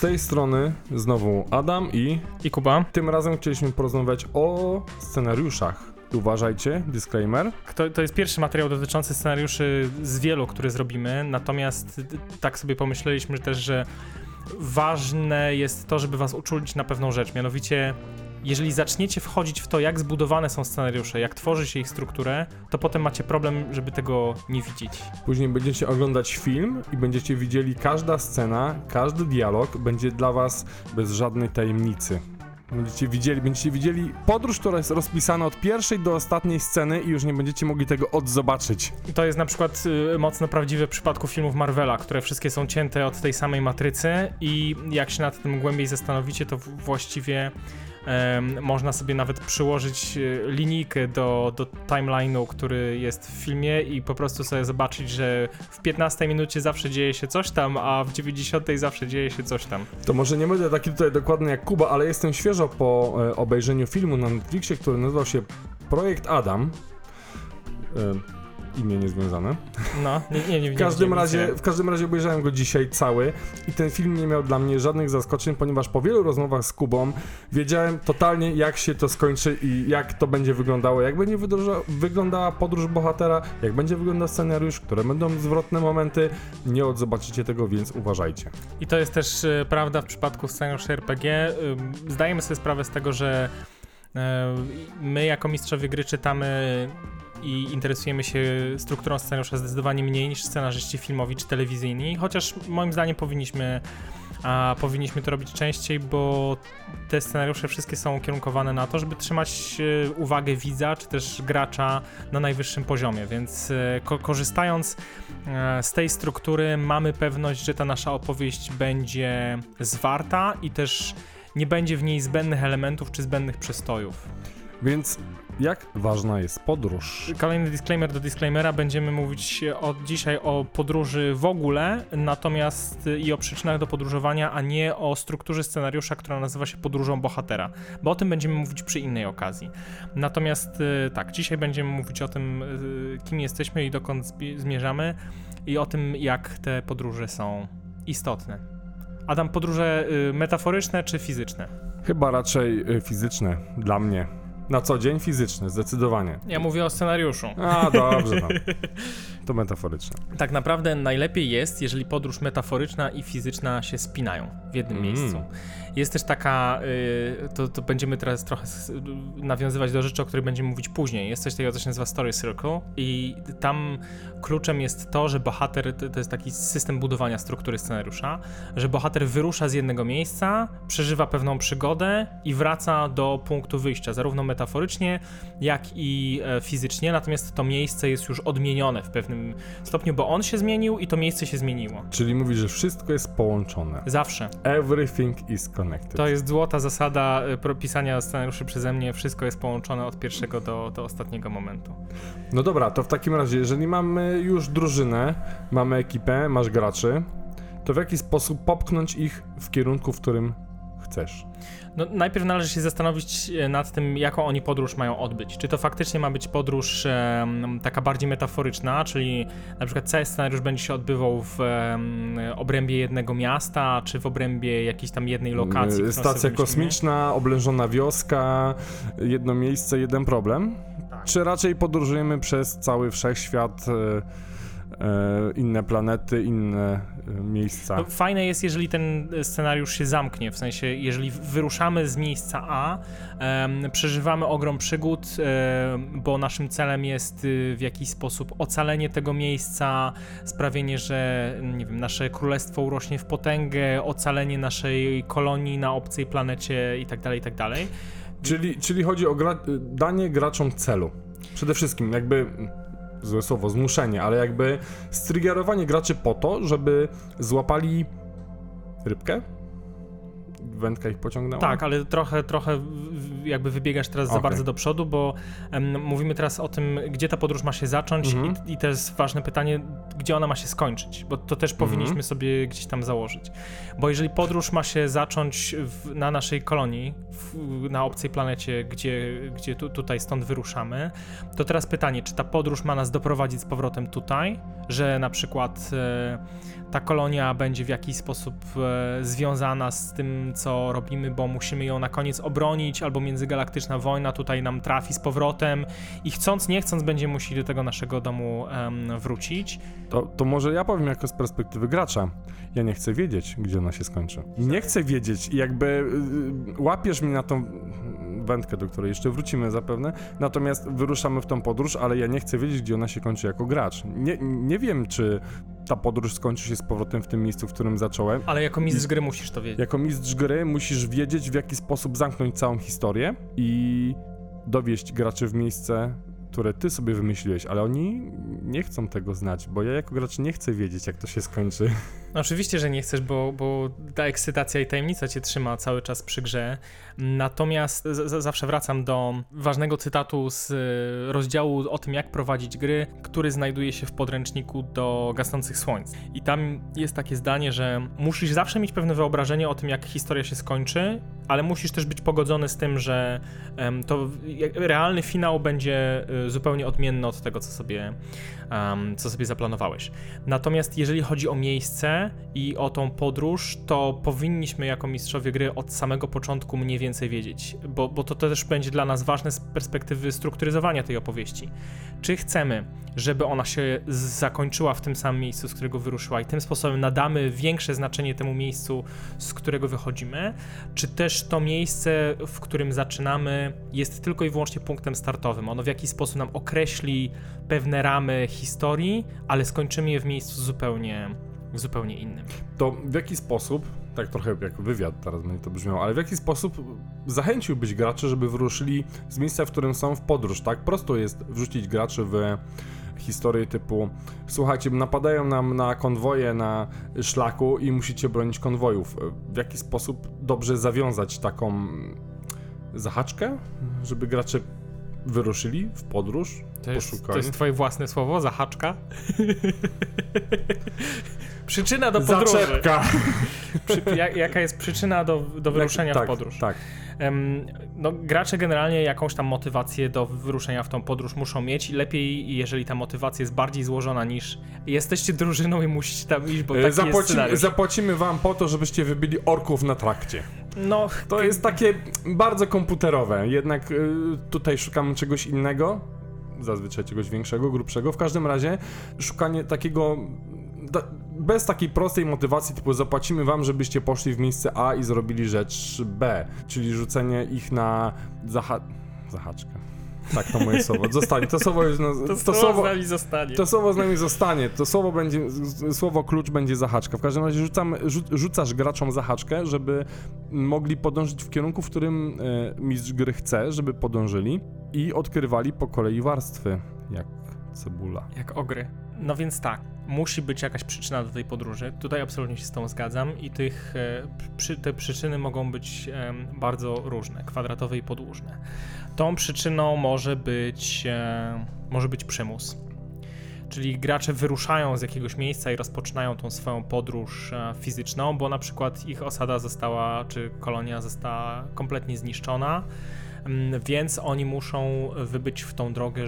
tej strony znowu Adam i Kuba. Tym razem chcieliśmy porozmawiać o scenariuszach. Uważajcie, disclaimer. To jest pierwszy materiał dotyczący scenariuszy z wielu, które zrobimy, natomiast tak sobie pomyśleliśmy też, że ważne jest to, żeby was uczulić na pewną rzecz, mianowicie jeżeli zaczniecie wchodzić w to, jak zbudowane są scenariusze, jak tworzy się ich strukturę, to potem macie problem, żeby tego nie widzieć. Później będziecie oglądać film i będziecie widzieli każda scena, każdy dialog będzie dla was bez żadnej tajemnicy. Będziecie widzieli podróż, która jest rozpisana od pierwszej do ostatniej sceny i już nie będziecie mogli tego odzobaczyć. To jest na przykład mocno prawdziwe w przypadku filmów Marvela, które wszystkie są cięte od tej samej matrycy i jak się nad tym głębiej zastanowicie, to właściwie można sobie nawet przyłożyć linijkę do timeline'u, który jest w filmie i po prostu sobie zobaczyć, że w 15 minucie zawsze dzieje się coś tam, a w 90 zawsze dzieje się coś tam. To może nie będę taki tutaj dokładny jak Kuba, ale jestem świeżo po obejrzeniu filmu na Netflixie, który nazywał się Projekt Adam. Imię niezwiązane. No, nie w każdym razie obejrzałem go dzisiaj cały i ten film nie miał dla mnie żadnych zaskoczeń, ponieważ po wielu rozmowach z Kubą wiedziałem totalnie, jak się to skończy i jak to będzie wyglądało, jak będzie wyglądała podróż bohatera, jak będzie wyglądał scenariusz, które będą zwrotne momenty. Nie odzobaczycie tego, więc uważajcie. I to jest też prawda w przypadku scenariuszy RPG. Zdajemy sobie sprawę z tego, że my jako mistrzowie gry czytamy i interesujemy się strukturą scenariusza zdecydowanie mniej niż scenarzyści filmowi czy telewizyjni, chociaż moim zdaniem powinniśmy to robić częściej, bo te scenariusze wszystkie są ukierunkowane na to, żeby trzymać uwagę widza czy też gracza na najwyższym poziomie, więc korzystając z tej struktury mamy pewność, że ta nasza opowieść będzie zwarta i też nie będzie w niej zbędnych elementów czy zbędnych przystojów. Więc jak ważna jest podróż? Kolejny disclaimer do disclaimera. Będziemy mówić od dzisiaj o podróży w ogóle, natomiast i o przyczynach do podróżowania, a nie o strukturze scenariusza, która nazywa się podróżą bohatera, bo o tym będziemy mówić przy innej okazji. Natomiast tak, dzisiaj będziemy mówić o tym, kim jesteśmy i dokąd zmierzamy i o tym, jak te podróże są istotne. Adam, podróże metaforyczne czy fizyczne? Chyba raczej fizyczne dla mnie. Na co dzień fizyczne, zdecydowanie. Ja mówię o scenariuszu. A, dobrze, no. To metaforyczne. Tak naprawdę najlepiej jest, jeżeli podróż metaforyczna i fizyczna się spinają w jednym miejscu. Jest też taka, to będziemy teraz trochę nawiązywać do rzeczy, o których będziemy mówić później. Jest coś takiego, co się nazywa Story Circle i tam kluczem jest to, że bohater, to jest taki system budowania struktury scenariusza, że bohater wyrusza z jednego miejsca, przeżywa pewną przygodę i wraca do punktu wyjścia, zarówno metaforycznie, jak i fizycznie, natomiast to miejsce jest już odmienione w pewnym stopniu, bo on się zmienił i to miejsce się zmieniło. Czyli mówi, że wszystko jest połączone. Zawsze. Everything is connected. To jest złota zasada pisania scenariuszy przeze mnie, wszystko jest połączone od pierwszego do ostatniego momentu. No dobra, to w takim razie, jeżeli mamy już drużynę, mamy ekipę, masz graczy, to w jaki sposób popchnąć ich w kierunku, w którym chcesz? No, najpierw należy się zastanowić nad tym, jaką oni podróż mają odbyć. Czy to faktycznie ma być podróż taka bardziej metaforyczna, czyli na przykład cały scenariusz będzie się odbywał w obrębie jednego miasta, czy w obrębie jakiejś tam jednej lokacji. Stacja kosmiczna, oblężona wioska, jedno miejsce, jeden problem? Tak. Czy raczej podróżujemy przez cały wszechświat, inne planety, inne miejsca? No, fajne jest, jeżeli ten scenariusz się zamknie, w sensie, jeżeli wyruszamy z miejsca A, przeżywamy ogrom przygód, bo naszym celem jest w jakiś sposób ocalenie tego miejsca, sprawienie, że nie wiem, nasze królestwo urośnie w potęgę, ocalenie naszej kolonii na obcej planecie itd., itd. Czyli chodzi o danie graczom celu. Przede wszystkim jakby złe słowo, zmuszenie, ale jakby striggerowanie graczy po to, żeby złapali rybkę? Wędka ich pociągnęła? Tak, ale trochę jakby wybiegasz teraz za bardzo do przodu, bo mówimy teraz o tym, gdzie ta podróż ma się zacząć i to jest ważne pytanie, gdzie ona ma się skończyć, bo to też powinniśmy sobie gdzieś tam założyć. Bo jeżeli podróż ma się zacząć na naszej kolonii, na obcej planecie, gdzie tutaj stąd wyruszamy, to teraz pytanie, czy ta podróż ma nas doprowadzić z powrotem tutaj, że na przykład ta kolonia będzie w jakiś sposób związana z tym, co robimy, bo musimy ją na koniec obronić, albo międzygalaktyczna wojna tutaj nam trafi z powrotem i chcąc, nie chcąc będziemy musieli do tego naszego domu wrócić. To może ja powiem jako z perspektywy gracza. Ja nie chcę wiedzieć, gdzie ona się skończy. Nie chcę wiedzieć i jakby łapiesz mnie na tą wędkę, do której jeszcze wrócimy zapewne, natomiast wyruszamy w tą podróż, ale ja nie chcę wiedzieć, gdzie ona się kończy jako gracz. Nie wiem, czy ta podróż skończy się z powrotem w tym miejscu, w którym zacząłem. Ale jako mistrz gry musisz to wiedzieć. Jako mistrz gry musisz wiedzieć, w jaki sposób zamknąć całą historię i dowieść graczy w miejsce, które ty sobie wymyśliłeś, ale oni nie chcą tego znać, bo ja jako gracz nie chcę wiedzieć, jak to się skończy. No oczywiście, że nie chcesz, bo ta ekscytacja i tajemnica cię trzyma cały czas przy grze. Natomiast zawsze wracam do ważnego cytatu z rozdziału o tym, jak prowadzić gry, który znajduje się w podręczniku do Gasnących Słońc. I tam jest takie zdanie, że musisz zawsze mieć pewne wyobrażenie o tym, jak historia się skończy, ale musisz też być pogodzony z tym, że to realny finał będzie zupełnie odmienny od tego, co sobie zaplanowałeś. Natomiast jeżeli chodzi o miejsce i o tą podróż, to powinniśmy jako mistrzowie gry od samego początku mniej więcej wiedzieć, bo to też będzie dla nas ważne z perspektywy strukturyzowania tej opowieści. Czy chcemy, żeby ona się zakończyła w tym samym miejscu, z którego wyruszyła i tym sposobem nadamy większe znaczenie temu miejscu, z którego wychodzimy, czy też to miejsce, w którym zaczynamy, jest tylko i wyłącznie punktem startowym. Ono w jakiś sposób nam określi pewne ramy historii, ale skończymy je w miejscu zupełnie innym. To w jaki sposób, tak trochę jak wywiad teraz będzie to brzmiało, ale w jaki sposób zachęciłbyś graczy, żeby wyruszyli z miejsca, w którym są, w podróż, tak? Prosto jest wrzucić graczy w historię typu: słuchajcie, napadają nam na konwoje na szlaku i musicie bronić konwojów. W jaki sposób dobrze zawiązać taką zahaczkę, żeby gracze wyruszyli w podróż? To jest twoje własne słowo, zahaczka? Przyczyna do podróży. Zaczepka. Jaka jest przyczyna do wyruszenia w podróż? Tak. No, gracze generalnie jakąś tam motywację do wyruszenia w tą podróż muszą mieć i lepiej, jeżeli ta motywacja jest bardziej złożona niż jesteście drużyną i musicie tam iść, bo taki jest scenariusz. Zapłacimy wam po to, żebyście wybili orków na trakcie. No, to jest takie bardzo komputerowe, jednak tutaj szukamy czegoś innego, zazwyczaj czegoś większego, grubszego. W każdym razie szukanie takiego bez takiej prostej motywacji typu zapłacimy wam, żebyście poszli w miejsce A i zrobili rzecz B, czyli rzucenie ich na zahaczkę. Tak, to moje słowo. Zostanie. To słowo już to słowo z nami zostanie. To słowo z nami zostanie. To słowo będzie, słowo klucz będzie zahaczka. W każdym razie rzucasz graczom zahaczkę, żeby mogli podążyć w kierunku, w którym mistrz gry chce, żeby podążyli i odkrywali po kolei warstwy, jak cebula. Jak ogry. No więc tak, musi być jakaś przyczyna do tej podróży. Tutaj absolutnie się z tą zgadzam i te przyczyny mogą być bardzo różne, kwadratowe i podłużne. Tą przyczyną może być przymus. Czyli gracze wyruszają z jakiegoś miejsca i rozpoczynają tą swoją podróż fizyczną, bo na przykład ich osada czy kolonia została kompletnie zniszczona, więc oni muszą wybyć w tą drogę,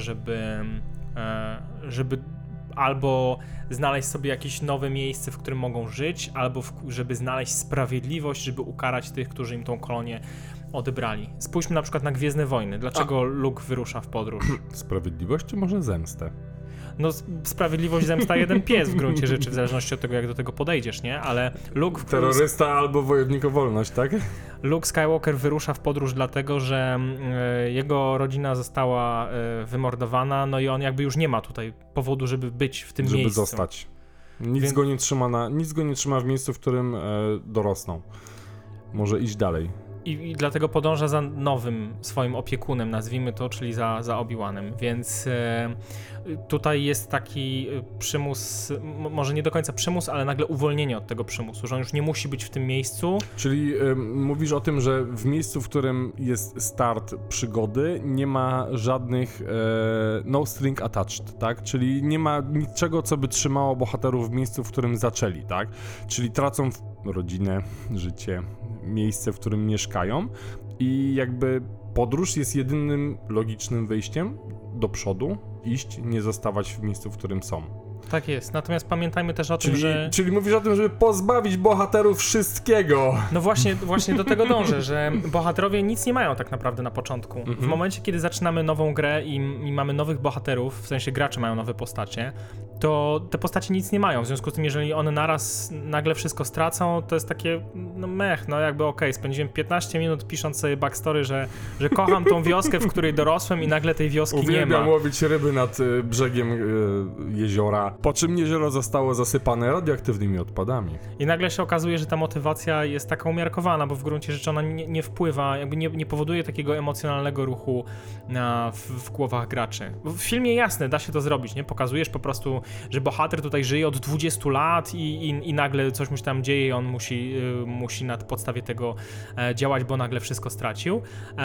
żeby albo znaleźć sobie jakieś nowe miejsce, w którym mogą żyć, albo żeby znaleźć sprawiedliwość, żeby ukarać tych, którzy im tą kolonię odebrali. Spójrzmy na przykład na Gwiezdne Wojny. Dlaczego Luke wyrusza w podróż? Sprawiedliwość czy może zemstę? No, sprawiedliwość, zemsta, jeden pies w gruncie rzeczy, w zależności od tego, jak do tego podejdziesz, nie? Ale Luke... Terrorysta albo wojownik o wolność, tak? Luke Skywalker wyrusza w podróż dlatego, że jego rodzina została wymordowana, no i on jakby już nie ma tutaj powodu, żeby być w tym miejscu. Żeby zostać. Nic go nie trzyma w miejscu, w którym dorosną. Może iść dalej. I dlatego podąża za nowym swoim opiekunem, nazwijmy to, czyli za Obi-Wanem, więc tutaj jest taki przymus, może nie do końca przymus, ale nagle uwolnienie od tego przymusu, że on już nie musi być w tym miejscu. Czyli mówisz o tym, że w miejscu, w którym jest start przygody, nie ma żadnych no string attached, tak? Czyli nie ma niczego, co by trzymało bohaterów w miejscu, w którym zaczęli, tak? Czyli tracą rodzinę, życie, miejsce, w którym mieszkają i jakby podróż jest jedynym logicznym wyjściem do przodu, iść, nie zostawać w miejscu, w którym są. Tak jest, natomiast pamiętajmy też o tym, że... Czyli mówisz o tym, żeby pozbawić bohaterów wszystkiego. No właśnie do tego dążę, że bohaterowie nic nie mają tak naprawdę na początku. W momencie, kiedy zaczynamy nową grę i mamy nowych bohaterów, w sensie gracze mają nowe postacie, to te postacie nic nie mają. W związku z tym, jeżeli one nagle wszystko stracą, to jest takie, no jakby okej, spędziłem 15 minut pisząc sobie backstory, że kocham tą wioskę, w której dorosłem i nagle tej wioski nie ma. Uwielbiam łowić ryby nad brzegiem jeziora, po czym jezioro zostało zasypane radioaktywnymi odpadami. I nagle się okazuje, że ta motywacja jest taka umiarkowana, bo w gruncie rzeczy ona nie wpływa, jakby nie powoduje takiego emocjonalnego ruchu w głowach graczy. W filmie jasne, da się to zrobić, nie? Pokazujesz po prostu, że bohater tutaj żyje od 20 lat i nagle coś mu się tam dzieje i on musi na podstawie tego działać, bo nagle wszystko stracił.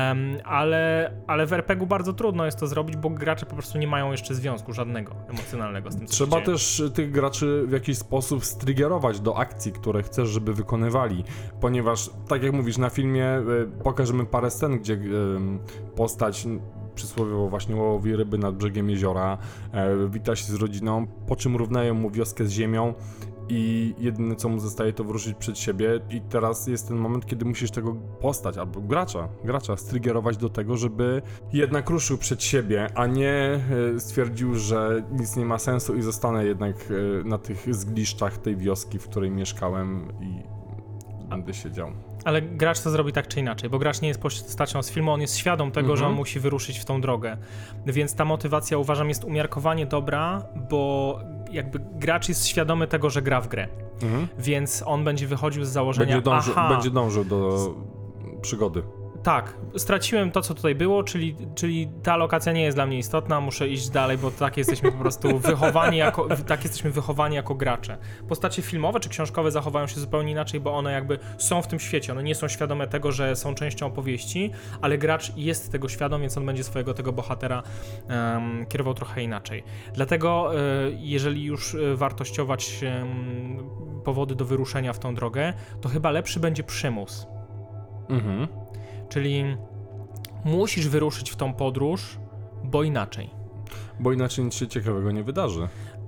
Ale w RPG-u bardzo trudno jest to zrobić, bo gracze po prostu nie mają jeszcze związku żadnego emocjonalnego z tym, co Trzeba się dzieje. też tych graczy w jakiś sposób striggerować do akcji, które chcesz, żeby wykonywali, ponieważ, tak jak mówisz, na filmie pokażemy parę scen, gdzie postać przysłowiowo właśnie łowi ryby nad brzegiem jeziora, wita się z rodziną, po czym równają mu wioskę z ziemią i jedyne co mu zostaje to wrócić przed siebie i teraz jest ten moment, kiedy musisz tego postać albo gracza striggerować do tego, żeby jednak ruszył przed siebie, a nie stwierdził, że nic nie ma sensu i zostanę jednak na tych zgliszczach tej wioski, w której mieszkałem i będę siedział. Ale gracz to zrobi tak czy inaczej, bo gracz nie jest postacią z filmu, on jest świadom tego, że on musi wyruszyć w tą drogę. Więc ta motywacja, uważam, jest umiarkowanie dobra, bo jakby gracz jest świadomy tego, że gra w grę. Więc on będzie wychodził z założenia, będzie dążył do przygody. Tak, straciłem to, co tutaj było, czyli ta lokacja nie jest dla mnie istotna, muszę iść dalej, bo tak jesteśmy po prostu wychowani jako gracze. Postacie filmowe czy książkowe zachowają się zupełnie inaczej, bo one jakby są w tym świecie, one nie są świadome tego, że są częścią opowieści, ale gracz jest tego świadom, więc on będzie swojego tego bohatera kierował trochę inaczej. Dlatego jeżeli już wartościować powody do wyruszenia w tą drogę, to chyba lepszy będzie przymus. Czyli musisz wyruszyć w tą podróż, bo inaczej. Bo inaczej nic się ciekawego nie wydarzy.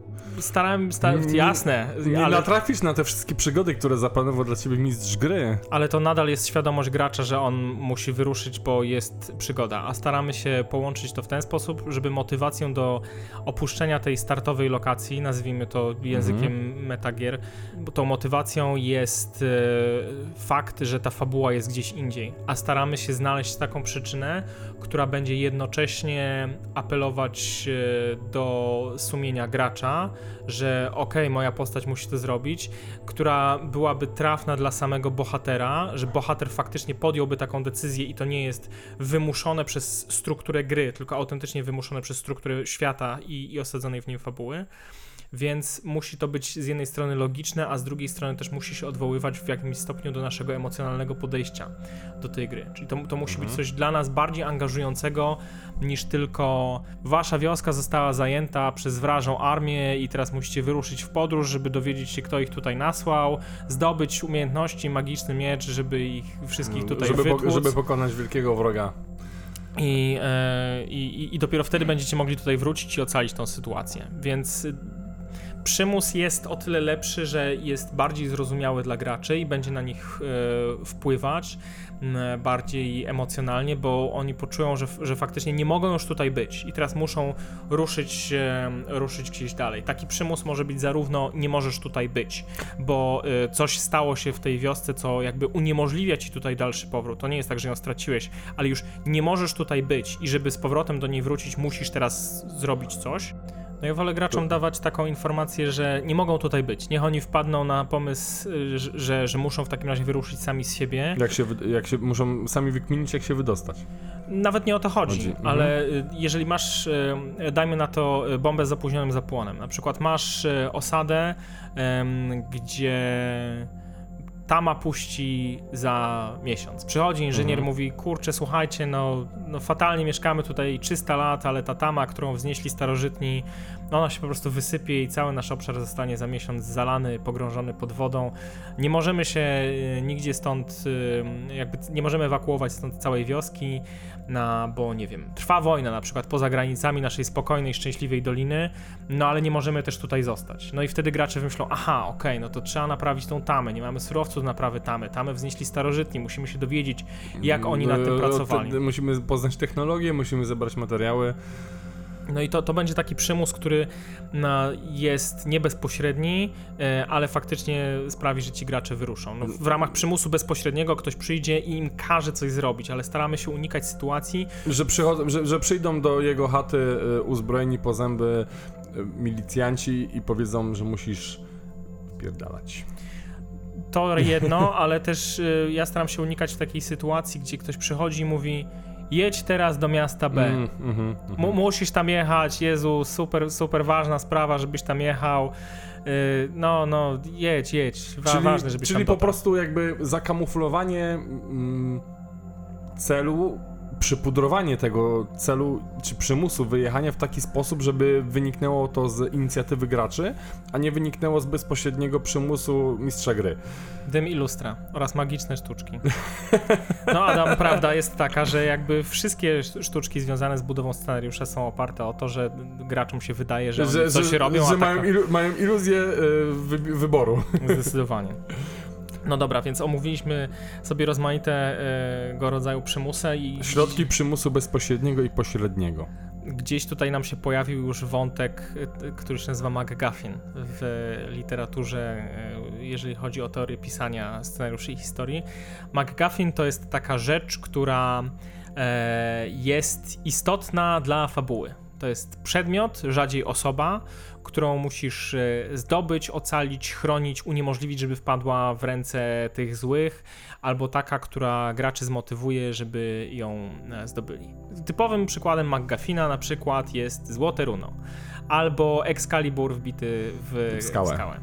Jasne. Nie natrafisz na te wszystkie przygody, które zaplanował dla ciebie mistrz gry. Ale to nadal jest świadomość gracza, że on musi wyruszyć, bo jest przygoda, a staramy się połączyć to w ten sposób, żeby motywacją do opuszczenia tej startowej lokacji, nazwijmy to językiem metagier, bo tą motywacją jest fakt, że ta fabuła jest gdzieś indziej, a staramy się znaleźć taką przyczynę, która będzie jednocześnie apelować do sumienia gracza, że moja postać musi to zrobić, która byłaby trafna dla samego bohatera, że bohater faktycznie podjąłby taką decyzję i to nie jest wymuszone przez strukturę gry, tylko autentycznie wymuszone przez strukturę świata i osadzonej w nim fabuły. Więc musi to być z jednej strony logiczne, a z drugiej strony też musi się odwoływać w jakimś stopniu do naszego emocjonalnego podejścia do tej gry. Czyli to musi być coś dla nas bardziej angażującego niż tylko wasza wioska została zajęta przez wrażą armię i teraz musicie wyruszyć w podróż, żeby dowiedzieć się, kto ich tutaj nasłał, zdobyć umiejętności, magiczny miecz, żeby ich wszystkich tutaj wytłuc. Żeby pokonać wielkiego wroga. I dopiero wtedy będziecie mogli tutaj wrócić i ocalić tą sytuację. Więc przymus jest o tyle lepszy, że jest bardziej zrozumiały dla graczy i będzie na nich wpływać bardziej emocjonalnie, bo oni poczują, że faktycznie nie mogą już tutaj być i teraz muszą ruszyć gdzieś dalej. Taki przymus może być zarówno nie możesz tutaj być, bo coś stało się w tej wiosce, co jakby uniemożliwia ci tutaj dalszy powrót. To nie jest tak, że ją straciłeś, ale już nie możesz tutaj być i żeby z powrotem do niej wrócić, musisz teraz zrobić coś, No ja wolę graczom dawać taką informację, że nie mogą tutaj być. Niech oni wpadną na pomysł, że muszą w takim razie wyruszyć sami z siebie. Jak się muszą sami wykminić, jak się wydostać. Nawet nie o to chodzi. Ale jeżeli masz, dajmy na to, bombę z opóźnionym zapłonem, na przykład masz osadę, gdzie tama puści za miesiąc. Przychodzi inżynier, mówi, kurczę, słuchajcie, no fatalnie mieszkamy tutaj 300 lat, ale ta tama, którą wznieśli starożytni, ona się po prostu wysypie i cały nasz obszar zostanie za miesiąc zalany, pogrążony pod wodą. Nie możemy się nigdzie stąd, jakby nie możemy ewakuować stąd całej wioski, bo nie wiem, trwa wojna na przykład poza granicami naszej spokojnej, szczęśliwej doliny, no ale nie możemy też tutaj zostać. No i wtedy gracze wymyślą, okej, no to trzeba naprawić tą tamę, nie mamy surowców do naprawy tamę wznieśli starożytni, musimy się dowiedzieć, jak oni nad tym pracowali. Musimy poznać technologię, musimy zebrać materiały. No i to będzie taki przymus, który jest nie bezpośredni, ale faktycznie sprawi, że ci gracze wyruszą. No, w ramach przymusu bezpośredniego ktoś przyjdzie i im każe coś zrobić, ale staramy się unikać sytuacji, że przyjdą do jego chaty uzbrojeni po zęby milicjanci i powiedzą, że musisz wpierdalać. To jedno, ale też ja staram się unikać takiej sytuacji, gdzie ktoś przychodzi i mówi: jedź teraz do miasta B. Musisz tam jechać, Jezu, super ważna sprawa, żebyś tam jechał. Jedź. Ważne, żebyś tam Czyli po dotarł. prostu jakby zakamuflowanie celu, przypudrowanie tego celu, czy przymusu wyjechania w taki sposób, żeby wyniknęło to z inicjatywy graczy, a nie wyniknęło z bezpośredniego przymusu mistrza gry. Dym i lustra oraz magiczne sztuczki. No Adam, prawda jest taka, że jakby wszystkie sztuczki związane z budową scenariusza są oparte o to, że graczom się wydaje, że oni coś robią, że mają iluzję wyboru. Zdecydowanie. No dobra, więc omówiliśmy sobie rozmaitego rodzaju przymusy i środki przymusu bezpośredniego i pośredniego. Gdzieś tutaj nam się pojawił już wątek, który się nazywa MacGuffin w literaturze, jeżeli chodzi o teorię pisania scenariuszy i historii. MacGuffin to jest taka rzecz, która jest istotna dla fabuły. To jest przedmiot, rzadziej osoba, którą musisz zdobyć, ocalić, chronić, uniemożliwić, żeby wpadła w ręce tych złych, albo taka, która graczy zmotywuje, żeby ją zdobyli. Typowym przykładem MacGuffina na przykład jest Złote Runo, albo Excalibur wbity w skałę.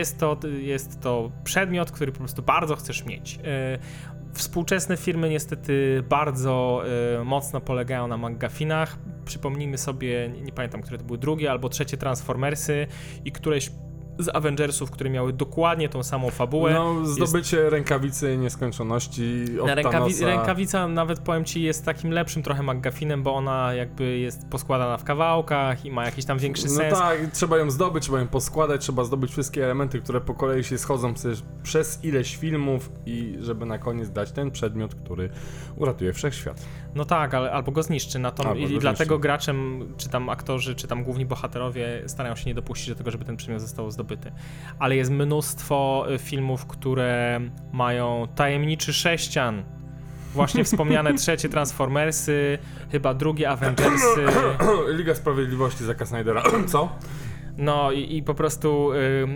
Jest to przedmiot, który po prostu bardzo chcesz mieć. Współczesne firmy niestety bardzo mocno polegają na MacGuffinach. Przypomnijmy sobie, nie pamiętam, które to były drugie albo trzecie Transformersy i któreś z Avengersów, które miały dokładnie tą samą fabułę. No, zdobycie rękawicy nieskończoności od Thanosa. Rękawica, nawet powiem ci, jest takim lepszym trochę MacGuffinem, bo ona jakby jest poskładana w kawałkach i ma jakiś tam większy sens. No tak, trzeba ją zdobyć, trzeba ją poskładać, trzeba zdobyć wszystkie elementy, które po kolei się schodzą przez ileś filmów i żeby na koniec dać ten przedmiot, który uratuje wszechświat. No tak, albo go zniszczy. Dlatego graczem, czy tam aktorzy, czy tam główni bohaterowie starają się nie dopuścić do tego, żeby ten przedmiot został zdobyty. Ale jest mnóstwo filmów, które mają tajemniczy sześcian. Właśnie wspomniane trzecie Transformersy, chyba drugie Avengersy. Liga Sprawiedliwości Zacka Snydera. Co? No i po prostu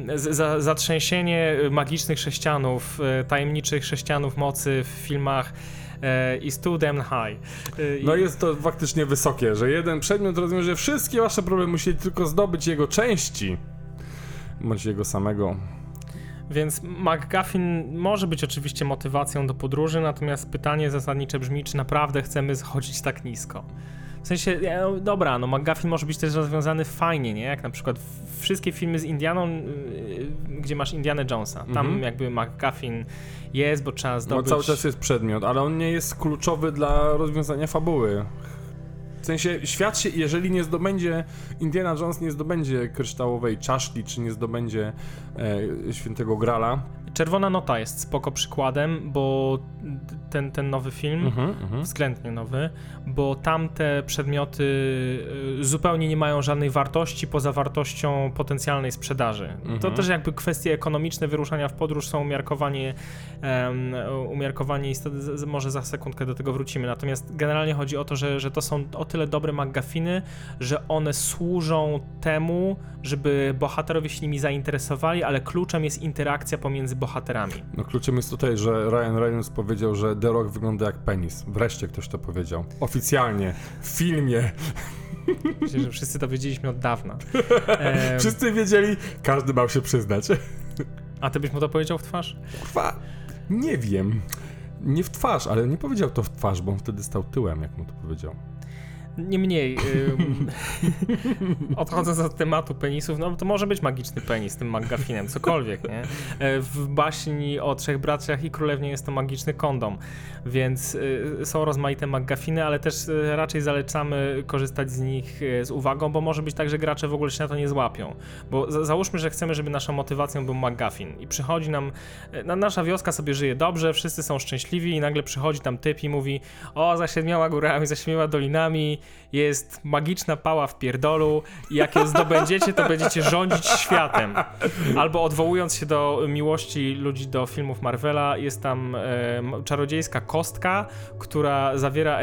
zatrzęsienie magicznych sześcianów, tajemniczych sześcianów mocy w filmach is too damn high. No jest to faktycznie wysokie, że jeden przedmiot rozwiąże wszystkie wasze problemy, musicie tylko zdobyć jego części, bądź jego samego. Więc MacGuffin może być oczywiście motywacją do podróży, natomiast pytanie zasadnicze brzmi, czy naprawdę chcemy schodzić tak nisko. W sensie, dobra, MacGuffin może być też rozwiązany fajnie, nie? Jak na przykład wszystkie filmy z Indianą, gdzie masz Indiana Jonesa. Tam jakby MacGuffin jest, bo trzeba zdobyć... No cały czas jest przedmiot, ale on nie jest kluczowy dla rozwiązania fabuły. W sensie, świat się, jeżeli nie zdobędzie, Indiana Jones nie zdobędzie kryształowej czaszki, czy nie zdobędzie świętego Grala. Czerwona Nota jest spoko przykładem, bo ten nowy film, względnie nowy, bo tamte przedmioty zupełnie nie mają żadnej wartości poza wartością potencjalnej sprzedaży. To też jakby kwestie ekonomiczne wyruszania w podróż są umiarkowanie może za sekundkę do tego wrócimy, natomiast generalnie chodzi o to, że to są tyle dobre McGuffiny, że one służą temu, żeby bohaterowie się nimi zainteresowali, ale kluczem jest interakcja pomiędzy bohaterami. No kluczem jest tutaj, że Ryan Reynolds powiedział, że The Rock wygląda jak penis. Wreszcie ktoś to powiedział. Oficjalnie. W filmie. Myślę, że wszyscy to wiedzieliśmy od dawna. Wszyscy wiedzieli, każdy bał się przyznać. A ty byś mu to powiedział w twarz? Kurwa, nie wiem. Nie w twarz, ale nie powiedział to w twarz, bo on wtedy stał tyłem, jak mu to powiedział. Niemniej, odchodząc od tematu penisów, no to może być magiczny penis z tym McGuffinem, cokolwiek, nie? W baśni o 3 braciach i królewnie jest to magiczny kondom, więc są rozmaite McGuffiny, ale też raczej zalecamy korzystać z nich z uwagą, bo może być tak, że gracze w ogóle się na to nie złapią. Bo załóżmy, że chcemy, żeby naszą motywacją był McGuffin i przychodzi nam, nasza wioska sobie żyje dobrze, wszyscy są szczęśliwi i nagle przychodzi tam typ i mówi: o, za 7 górami, za 7 dolinami jest magiczna pała w pierdolu i jak ją zdobędziecie, to będziecie rządzić światem. Albo odwołując się do miłości ludzi do filmów Marvela, jest tam czarodziejska kostka, która zawiera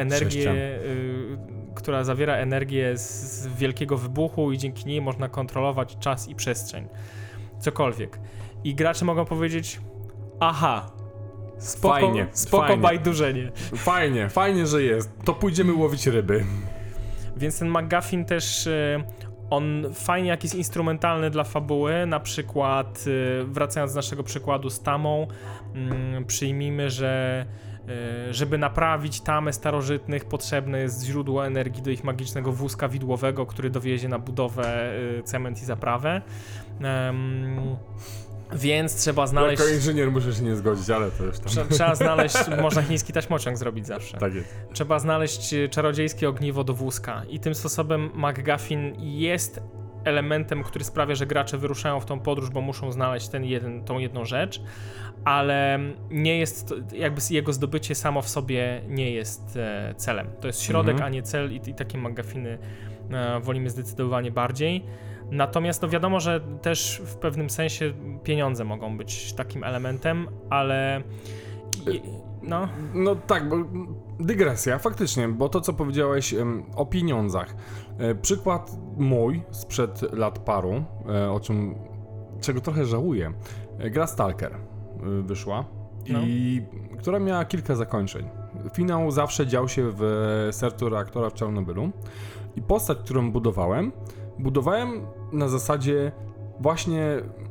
energię z wielkiego wybuchu i dzięki niej można kontrolować czas i przestrzeń. Cokolwiek. I gracze mogą powiedzieć: aha, spoko bajdurzenie. Fajnie, że jest. To pójdziemy łowić ryby. Więc ten McGuffin też, on fajnie jak jest instrumentalny dla fabuły, na przykład wracając do naszego przykładu z tamą, przyjmijmy, że żeby naprawić tamę starożytnych potrzebne jest źródło energii do ich magicznego wózka widłowego, który dowiezie na budowę cement i zaprawę. Więc trzeba znaleźć... Jako inżynier muszę się nie zgodzić, ale to już tam... Trzeba znaleźć... Można chiński taśmociąg zrobić zawsze. Tak jest. Trzeba znaleźć czarodziejskie ogniwo do wózka i tym sposobem McGuffin jest elementem, który sprawia, że gracze wyruszają w tą podróż, bo muszą znaleźć tą jedną rzecz, ale nie jest... jakby jego zdobycie samo w sobie nie jest celem. To jest środek, a nie cel i takie McGuffiny wolimy zdecydowanie bardziej. Natomiast no wiadomo, że też w pewnym sensie pieniądze mogą być takim elementem, ale No tak, bo dygresja, faktycznie, bo to co powiedziałeś o pieniądzach. Przykład mój sprzed lat paru, czego trochę żałuję. Gra Stalker wyszła i która miała kilka zakończeń. Finał zawsze dział się w sercu reaktora w Czarnobylu i postać, którą budowałem na zasadzie właśnie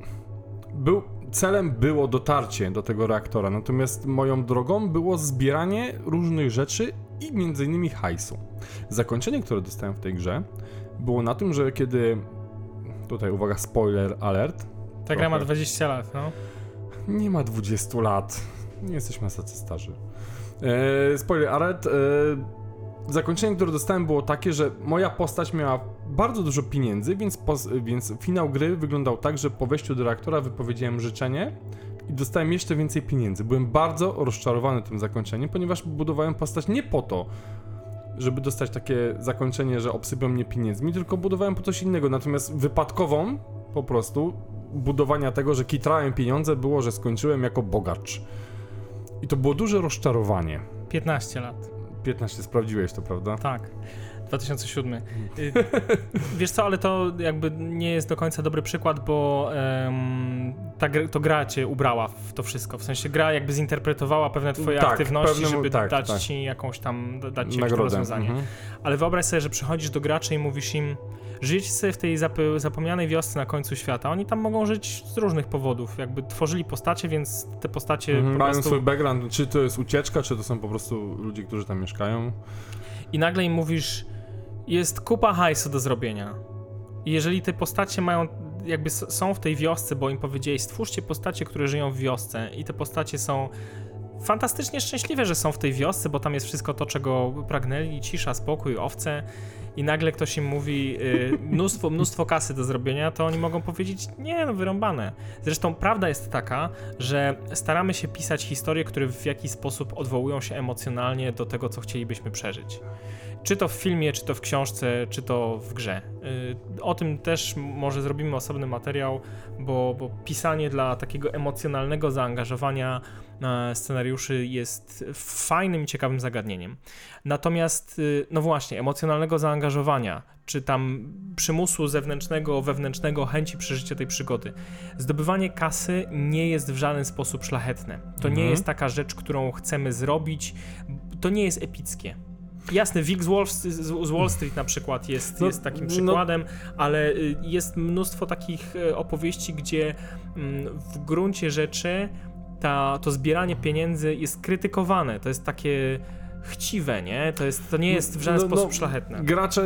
celem było dotarcie do tego reaktora, natomiast moją drogą było zbieranie różnych rzeczy i między innymi hajsu. Zakończenie, które dostałem w tej grze, było na tym, że kiedy... Tutaj uwaga, spoiler alert. Ta gra ma 20 lat, no. Nie ma 20 lat. Nie jesteśmy tacy starzy. Spoiler alert. Zakończenie, które dostałem, było takie, że moja postać miała bardzo dużo pieniędzy, więc finał gry wyglądał tak, że po wejściu do reaktora wypowiedziałem życzenie i dostałem jeszcze więcej pieniędzy. Byłem bardzo rozczarowany tym zakończeniem, ponieważ budowałem postać nie po to, żeby dostać takie zakończenie, że obsypią mnie pieniędzmi, tylko budowałem po coś innego. Natomiast wypadkową po prostu budowania tego, że kitrałem pieniądze, było, że skończyłem jako bogacz. I to było duże rozczarowanie. 15 lat. 15, sprawdziłeś to, prawda? Tak, 2007. Wiesz co, ale to jakby nie jest do końca dobry przykład, bo to gra cię ubrała w to wszystko. W sensie gra jakby zinterpretowała pewne twoje aktywności, żeby dać ci jakąś tam, dać ci jakieś rozwiązanie. Ale wyobraź sobie, że przychodzisz do graczy i mówisz im: żyjcie sobie w tej zapomnianej wiosce na końcu świata. Oni tam mogą żyć z różnych powodów. Jakby tworzyli postacie, więc te postacie po mają prostu... swój background. Czy to jest ucieczka, czy to są po prostu ludzie, którzy tam mieszkają. I nagle im mówisz: jest kupa hajsu do zrobienia. I jeżeli te postacie jakby są w tej wiosce, bo im powiedziałeś: stwórzcie postacie, które żyją w wiosce, i te postacie są fantastycznie szczęśliwe, że są w tej wiosce, bo tam jest wszystko to, czego pragnęli: cisza, spokój, owce, i nagle ktoś im mówi mnóstwo kasy do zrobienia, to oni mogą powiedzieć: nie, no wyrąbane. Zresztą prawda jest taka, że staramy się pisać historie, które w jakiś sposób odwołują się emocjonalnie do tego, co chcielibyśmy przeżyć. Czy to w filmie, czy to w książce, czy to w grze. O tym też może zrobimy osobny materiał, bo pisanie dla takiego emocjonalnego zaangażowania scenariuszy jest fajnym i ciekawym zagadnieniem. Natomiast, no właśnie, emocjonalnego zaangażowania, czy tam przymusu zewnętrznego, wewnętrznego, chęci przeżycia tej przygody. Zdobywanie kasy nie jest w żaden sposób szlachetne. To nie jest taka rzecz, którą chcemy zrobić. To nie jest epickie. Jasne, Wilk z Wall Street na przykład jest takim przykładem, ale jest mnóstwo takich opowieści, gdzie w gruncie rzeczy to zbieranie pieniędzy jest krytykowane. To jest takie chciwe, nie? To nie jest w żaden sposób szlachetne.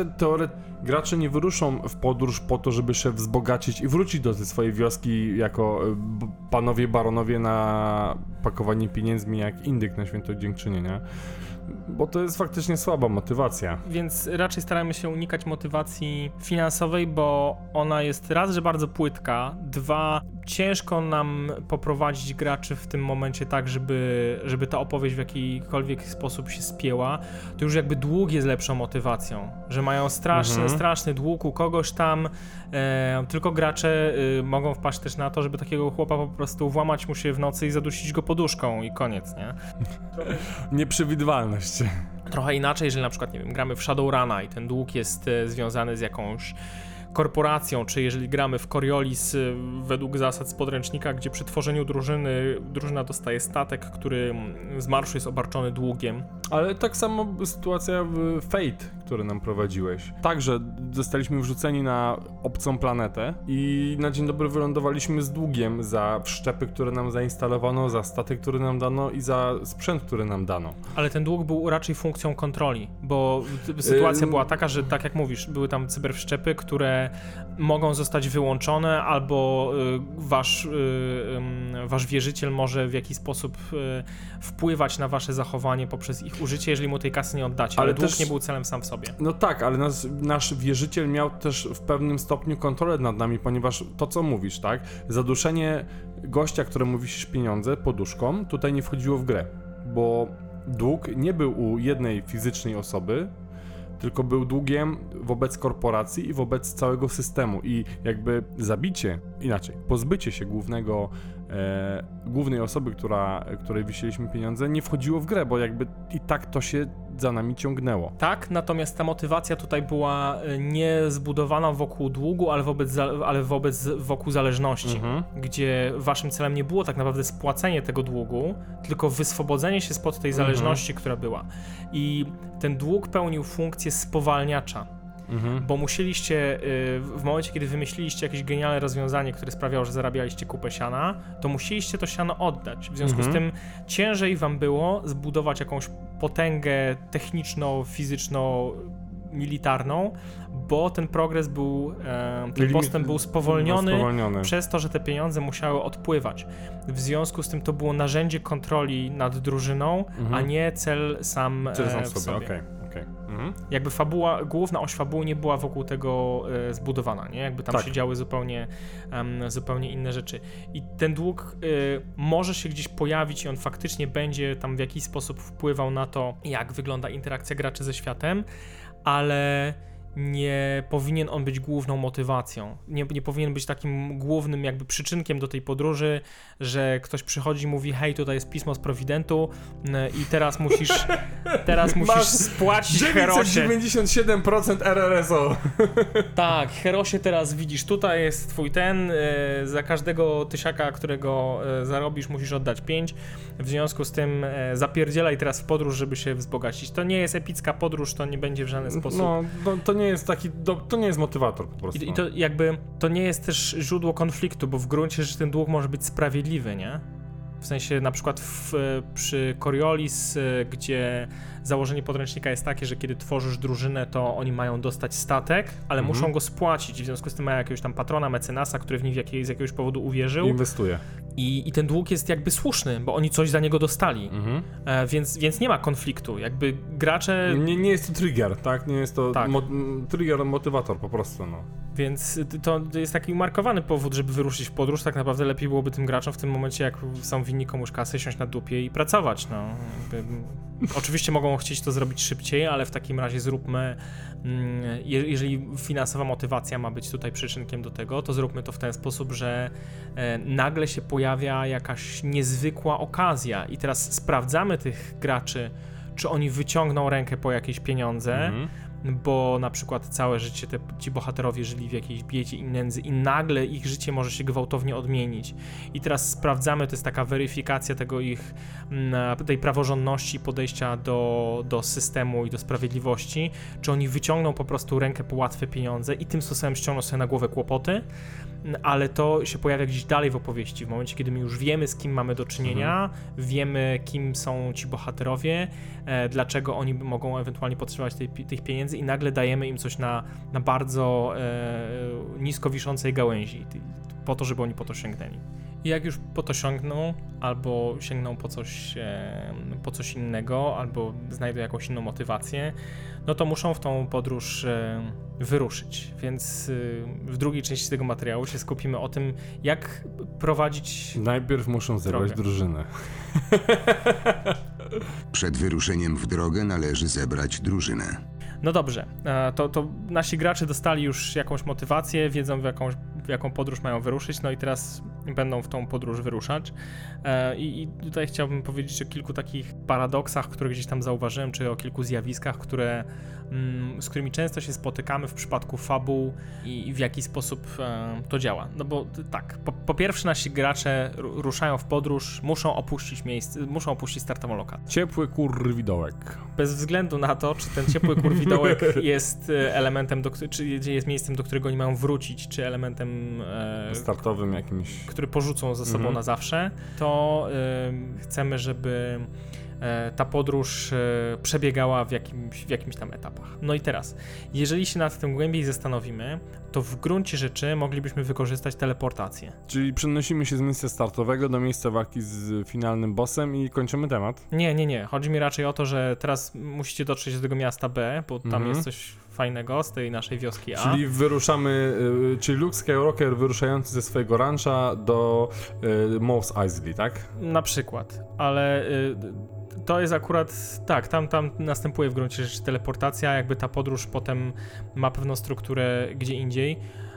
Gracze nie wyruszą w podróż po to, żeby się wzbogacić i wrócić do tej swojej wioski jako panowie baronowie na pakowanie pieniędzmi jak indyk na świętodziękczynię, nie? Bo to jest faktycznie słaba motywacja. Więc raczej staramy się unikać motywacji finansowej, bo ona jest raz, że bardzo płytka, dwa, ciężko nam poprowadzić graczy w tym momencie tak, żeby ta opowieść w jakikolwiek sposób się spięła. To już jakby dług jest lepszą motywacją, że mają straszny dług u kogoś tam, tylko gracze mogą wpaść też na to, żeby takiego chłopa po prostu włamać mu się w nocy i zadusić go poduszką i koniec, nie? Nieprzewidywalność. Trochę inaczej, jeżeli na przykład, nie wiem, gramy w Shadowruna i ten dług jest związany z jakąś korporacją, czy jeżeli gramy w Coriolis według zasad z podręcznika, gdzie przy tworzeniu drużyna dostaje statek, który z marszu jest obarczony długiem. Ale tak samo sytuacja w Fate, który nam prowadziłeś. Także zostaliśmy wrzuceni na obcą planetę i na dzień dobry wylądowaliśmy z długiem za wszczepy, które nam zainstalowano, za statek, który nam dano i za sprzęt, który nam dano. Ale ten dług był raczej funkcją kontroli, bo sytuacja była taka, że tak jak mówisz, były tam cyberwszczepy, które mogą zostać wyłączone, albo wasz wierzyciel może w jakiś sposób wpływać na wasze zachowanie poprzez ich użycie, jeżeli mu tej kasy nie oddacie, ale dług nie był celem sam w sobie. No tak, ale nasz wierzyciel miał też w pewnym stopniu kontrolę nad nami, ponieważ to, co mówisz, tak, zaduszenie gościa, któremu wisisz pieniądze poduszką, tutaj nie wchodziło w grę, bo dług nie był u jednej fizycznej osoby, tylko był długiem wobec korporacji i wobec całego systemu i jakby pozbycie się głównej osoby, której wisieliśmy pieniądze, nie wchodziło w grę, bo jakby i tak to się za nami ciągnęło. Tak, natomiast ta motywacja tutaj była nie zbudowana wokół długu, ale wokół zależności, gdzie waszym celem nie było tak naprawdę spłacenie tego długu, tylko wyswobodzenie się spod tej zależności, która była. I ten dług pełnił funkcję spowalniacza. Bo musieliście, w momencie kiedy wymyśliliście jakieś genialne rozwiązanie, które sprawiało, że zarabialiście kupę siana, to musieliście to siano oddać. W związku z tym ciężej wam było zbudować jakąś potęgę techniczno-fizyczno-militarną, bo ten progres ten postęp był spowolniony przez to, że te pieniądze musiały odpływać. W związku z tym to było narzędzie kontroli nad drużyną, a nie cel sam w sobie. Okay. Jakby główna oś fabuły nie była wokół tego zbudowana, nie? Jakby tam się działy zupełnie inne rzeczy. I ten dług może się gdzieś pojawić i on faktycznie będzie tam w jakiś sposób wpływał na to, jak wygląda interakcja graczy ze światem, ale nie powinien on być główną motywacją. Nie powinien być takim głównym jakby przyczynkiem do tej podróży, że ktoś przychodzi i mówi: hej, tutaj jest pismo z Prowidentu i teraz musisz spłacić Herosie. 97% RRSO. Tak, Herosie, teraz widzisz, tutaj jest twój za każdego tysiaka, którego zarobisz, musisz oddać 5. W związku z tym zapierdzielaj teraz w podróż, żeby się wzbogacić. To nie jest epicka podróż, to nie będzie w żaden sposób. To nie jest to nie jest motywator po prostu. I to jakby, to nie jest też źródło konfliktu, bo w gruncie rzeczy ten dług może być sprawiedliwy, nie? W sensie na przykład przy Coriolis, gdzie założenie podręcznika jest takie, że kiedy tworzysz drużynę, to oni mają dostać statek, ale muszą go spłacić. W związku z tym mają jakiegoś tam patrona, mecenasa, który w nich z jakiegoś powodu uwierzył. Inwestuje. I ten dług jest jakby słuszny, bo oni coś za niego dostali. Więc nie ma konfliktu. Jakby gracze... Nie jest to trigger, tak? Nie jest to trigger, motywator po prostu, no. Więc to jest taki umarkowany powód, żeby wyruszyć w podróż. Tak naprawdę lepiej byłoby tym graczom w tym momencie, jak są w winni komuś kasy, siąść na dupie i pracować, no. Oczywiście mogą chcieć to zrobić szybciej, ale w takim razie zróbmy, jeżeli finansowa motywacja ma być tutaj przyczynkiem do tego, to zróbmy to w ten sposób, że nagle się pojawia jakaś niezwykła okazja i teraz sprawdzamy tych graczy, czy oni wyciągną rękę po jakieś pieniądze, bo na przykład całe życie ci bohaterowie żyli w jakiejś biedzie i nędzy i nagle ich życie może się gwałtownie odmienić. I teraz sprawdzamy, to jest taka weryfikacja tego tej praworządności, podejścia do systemu i do sprawiedliwości, czy oni wyciągną po prostu rękę po łatwe pieniądze i tym sposobem ściągną sobie na głowę kłopoty, ale to się pojawia gdzieś dalej w opowieści, w momencie, kiedy my już wiemy, z kim mamy do czynienia, wiemy, kim są ci bohaterowie, dlaczego oni mogą ewentualnie potrzebować tych pieniędzy i nagle dajemy im coś na bardzo nisko wiszącej gałęzi, po to, żeby oni po to sięgnęli. I jak już po to sięgną, albo sięgną po coś innego, albo znajdą jakąś inną motywację, no to muszą w tą podróż wyruszyć. Więc w drugiej części tego materiału się skupimy o tym, jak prowadzić. Najpierw muszą zebrać drużynę. Przed wyruszeniem w drogę należy zebrać drużynę. No dobrze, to nasi gracze dostali już jakąś motywację, wiedzą w jaką podróż mają wyruszyć, no i teraz będą w tą podróż wyruszać. I tutaj chciałbym powiedzieć o kilku takich paradoksach, które gdzieś tam zauważyłem, czy o kilku zjawiskach, z którymi często się spotykamy w przypadku fabuł i w jaki sposób to działa. No bo tak, po pierwsze nasi gracze ruszają w podróż, muszą opuścić startową lokację. Ciepły kurwidołek. Bez względu na to, czy ten ciepły kurwidołek jest elementem, czy jest miejscem, do którego oni mają wrócić, czy elementem startowym jakimś, który porzucą ze sobą na zawsze, to chcemy, żeby ta podróż przebiegała w jakimś tam etapach. No i teraz, jeżeli się nad tym głębiej zastanowimy, to w gruncie rzeczy moglibyśmy wykorzystać teleportację. Czyli przenosimy się z miejsca startowego do miejsca walki z finalnym bossem i kończymy temat? Nie. Chodzi mi raczej o to, że teraz musicie dotrzeć do tego miasta B, bo tam jest coś fajnego z tej naszej wioski A. Czyli wyruszamy, czyli Luke Skywalker wyruszający ze swojego rancha do Mos Eisley, tak? Na przykład, ale to jest akurat, tak, tam następuje w gruncie rzeczy teleportacja, jakby ta podróż potem ma pewną strukturę gdzie indziej,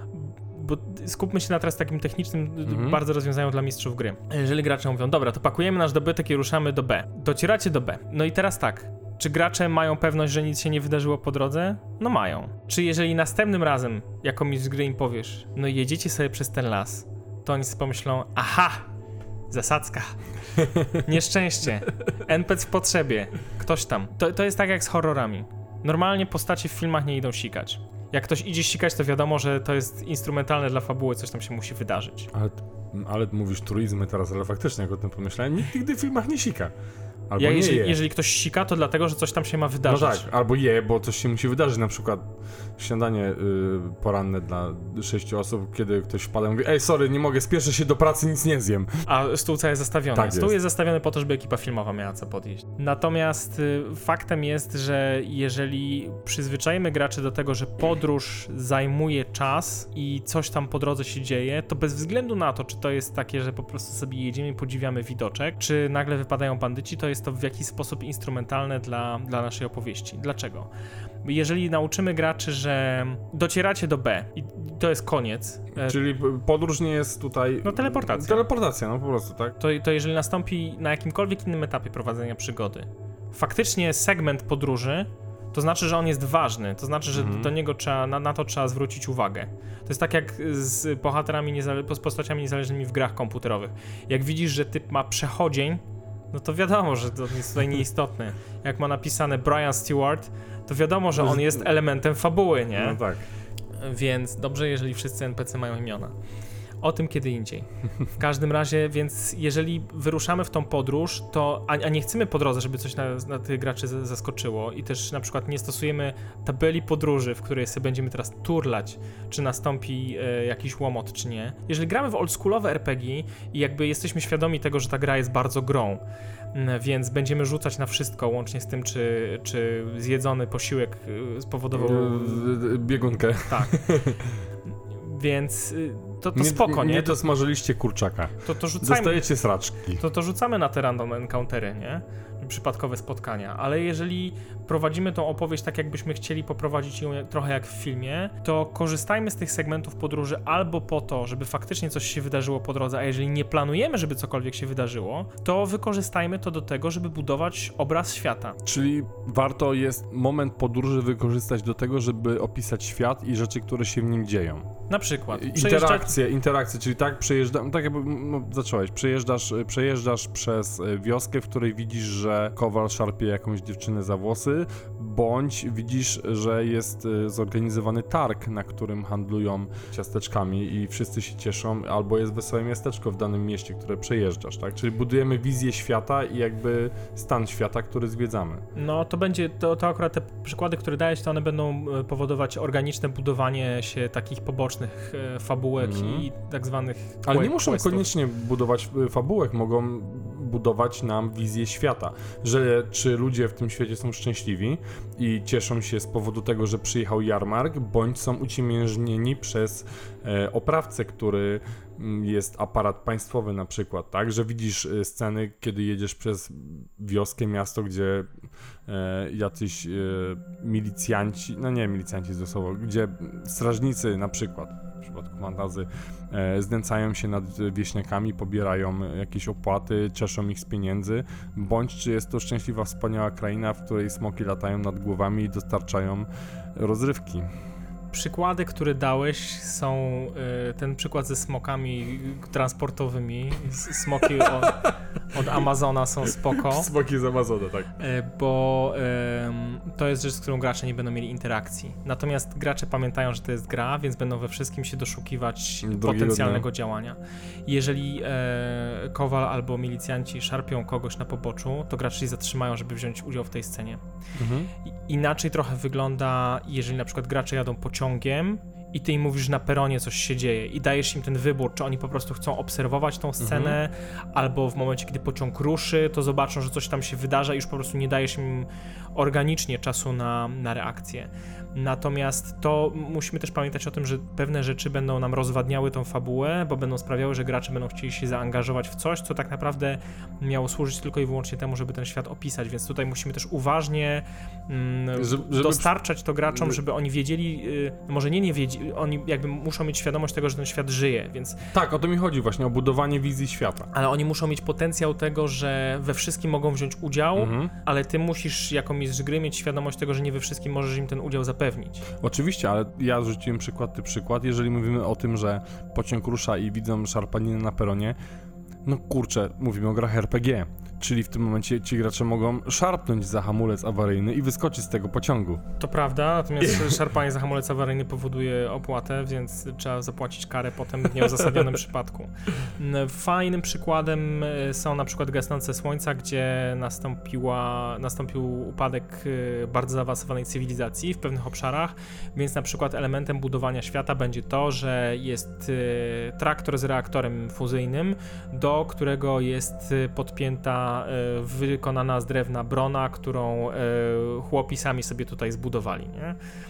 bo skupmy się na teraz takim technicznym bardzo rozwiązaniu dla mistrzów gry. Jeżeli gracze mówią, dobra, to pakujemy nasz dobytek i ruszamy do B. Docieracie do B. No i teraz tak, czy gracze mają pewność, że nic się nie wydarzyło po drodze? No mają. Czy jeżeli następnym razem, jako mistrz gry im powiesz, no jedziecie sobie przez ten las, to oni sobie pomyślą, aha, zasadzka, nieszczęście, NPC w potrzebie, ktoś tam. To jest tak jak z horrorami. Normalnie postacie w filmach nie idą sikać. Jak ktoś idzie sikać, to wiadomo, że to jest instrumentalne dla fabuły, coś tam się musi wydarzyć. Ale mówisz truizmy teraz, ale faktycznie jak o tym pomyślałem, nikt nigdy w filmach nie sika. Albo nie je. Jeżeli ktoś sika, to dlatego, że coś tam się ma wydarzyć. No tak, albo je, bo coś się musi wydarzyć, na przykład śniadanie poranne dla 6 osób, kiedy ktoś wpada i mówi, ej, sorry, nie mogę, spieszę się do pracy, nic nie zjem. A stół cały jest zastawiony. Tak Stół jest zastawiony po to, żeby ekipa filmowa miała co podjeść. Natomiast faktem jest, że jeżeli przyzwyczajemy graczy do tego, że podróż zajmuje czas i coś tam po drodze się dzieje, to bez względu na to, czy to jest takie, że po prostu sobie jedziemy, podziwiamy widoczek, czy nagle wypadają bandyci, to jest to w jakiś sposób instrumentalne dla naszej opowieści. Dlaczego? Jeżeli nauczymy graczy, że docieracie do B i to jest koniec. Czyli podróż nie jest tutaj... No teleportacja. Teleportacja, no po prostu, tak? To jeżeli nastąpi na jakimkolwiek innym etapie prowadzenia przygody, faktycznie segment podróży, to znaczy, że on jest ważny, to znaczy, że do niego na to trzeba zwrócić uwagę. To jest tak jak z bohaterami, z postaciami niezależnymi w grach komputerowych. Jak widzisz, że typ ma przechodzień, no to wiadomo, że to jest tutaj nieistotne. Jak ma napisane Brian Stewart, to wiadomo, że on jest elementem fabuły, nie? No tak. Więc dobrze, jeżeli wszyscy NPC mają imiona. O tym kiedy indziej. W każdym razie, więc jeżeli wyruszamy w tą podróż, to a nie chcemy po drodze, żeby coś na tych graczy zaskoczyło i też na przykład nie stosujemy tabeli podróży, w której sobie będziemy teraz turlać, czy nastąpi jakiś łomot, czy nie. Jeżeli gramy w oldschoolowe RPG i jakby jesteśmy świadomi tego, że ta gra jest bardzo grą, więc będziemy rzucać na wszystko, łącznie z tym, czy zjedzony posiłek spowodował... Biegunkę. Tak. Więc to spoko, nie? Nie dosmażyliście kurczaka. To rzucajmy. Dostajecie sraczki. To rzucamy na te random encountery, nie? Przypadkowe spotkania, ale jeżeli prowadzimy tą opowieść tak, jakbyśmy chcieli poprowadzić ją trochę jak w filmie, to korzystajmy z tych segmentów podróży albo po to, żeby faktycznie coś się wydarzyło po drodze, a jeżeli nie planujemy, żeby cokolwiek się wydarzyło, to wykorzystajmy to do tego, żeby budować obraz świata. Czyli warto jest moment podróży wykorzystać do tego, żeby opisać świat i rzeczy, które się w nim dzieją. Na przykład Interakcje, czyli tak tak jakby zacząłeś, przejeżdżasz przez wioskę, w której widzisz, że kowal szarpie jakąś dziewczynę za włosy, bądź widzisz, że jest zorganizowany targ, na którym handlują ciasteczkami i wszyscy się cieszą, albo jest wesołe miasteczko w danym mieście, które przejeżdżasz, tak? Czyli budujemy wizję świata i jakby stan świata, który zwiedzamy. No to będzie, to akurat te przykłady, które dajesz, to one będą powodować organiczne budowanie się takich pobocznych fabułek i tak zwanych Ale nie muszą questów. koniecznie budować fabułek, mogą budować nam wizję świata, że czy ludzie w tym świecie są szczęśliwi i cieszą się z powodu tego, że przyjechał jarmark, bądź są uciemiężnieni przez oprawcę, który jest aparat państwowy na przykład, tak, że widzisz sceny, kiedy jedziesz przez wioskę, miasto, gdzie jacyś milicjanci, no nie milicjanci ze sobą, gdzie strażnicy na przykład, w przypadku Fantazy, znęcają się nad wieśniakami, pobierają jakieś opłaty, cieszą ich z pieniędzy, bądź czy jest to szczęśliwa, wspaniała kraina, w której smoki latają nad głowami i dostarczają rozrywki. Przykłady, które dałeś są, ten przykład ze smokami transportowymi, smoki od Amazona są spoko. Smoki z Amazona, tak. Bo to jest rzecz, z którą gracze nie będą mieli interakcji. Natomiast gracze pamiętają, że to jest gra, więc będą we wszystkim się doszukiwać potencjalnego działania. Jeżeli kowal albo milicjanci szarpią kogoś na poboczu, to gracze się zatrzymają, żeby wziąć udział w tej scenie. Inaczej trochę wygląda, jeżeli na przykład gracze jadą pociągiem i ty im mówisz, że na peronie coś się dzieje i dajesz im ten wybór, czy oni po prostu chcą obserwować tą scenę, albo w momencie, kiedy pociąg ruszy, to zobaczą, że coś tam się wydarza i już po prostu nie dajesz im organicznie czasu na reakcję. Natomiast to musimy też pamiętać o tym, że pewne rzeczy będą nam rozwadniały tą fabułę, bo będą sprawiały, że gracze będą chcieli się zaangażować w coś, co tak naprawdę miało służyć tylko i wyłącznie temu, żeby ten świat opisać, więc tutaj musimy też uważnie dostarczać to graczom, żeby oni wiedzieli, może nie wiedzieli, oni jakby muszą mieć świadomość tego, że ten świat żyje, więc... Tak, o to mi chodzi właśnie, o budowanie wizji świata. Ale oni muszą mieć potencjał tego, że we wszystkim mogą wziąć udział, ale ty musisz jako mistrz gry mieć świadomość tego, że nie we wszystkim możesz im ten udział zapewnić. Oczywiście, ale ja rzuciłem przykład, jeżeli mówimy o tym, że pociąg rusza i widzą szarpaninę na peronie, no kurczę, mówimy o grach RPG, czyli w tym momencie ci gracze mogą szarpnąć za hamulec awaryjny i wyskoczyć z tego pociągu. To prawda, natomiast szarpanie za hamulec awaryjny powoduje opłatę, więc trzeba zapłacić karę potem w nieuzasadnionym przypadku. Fajnym przykładem są na przykład Gasnące Słońca, gdzie nastąpił upadek bardzo zaawansowanej cywilizacji w pewnych obszarach, więc na przykład elementem budowania świata będzie to, że jest traktor z reaktorem fuzyjnym, do którego jest podpięta wykonana z drewna brona, którą chłopi sami sobie tutaj zbudowali, nie?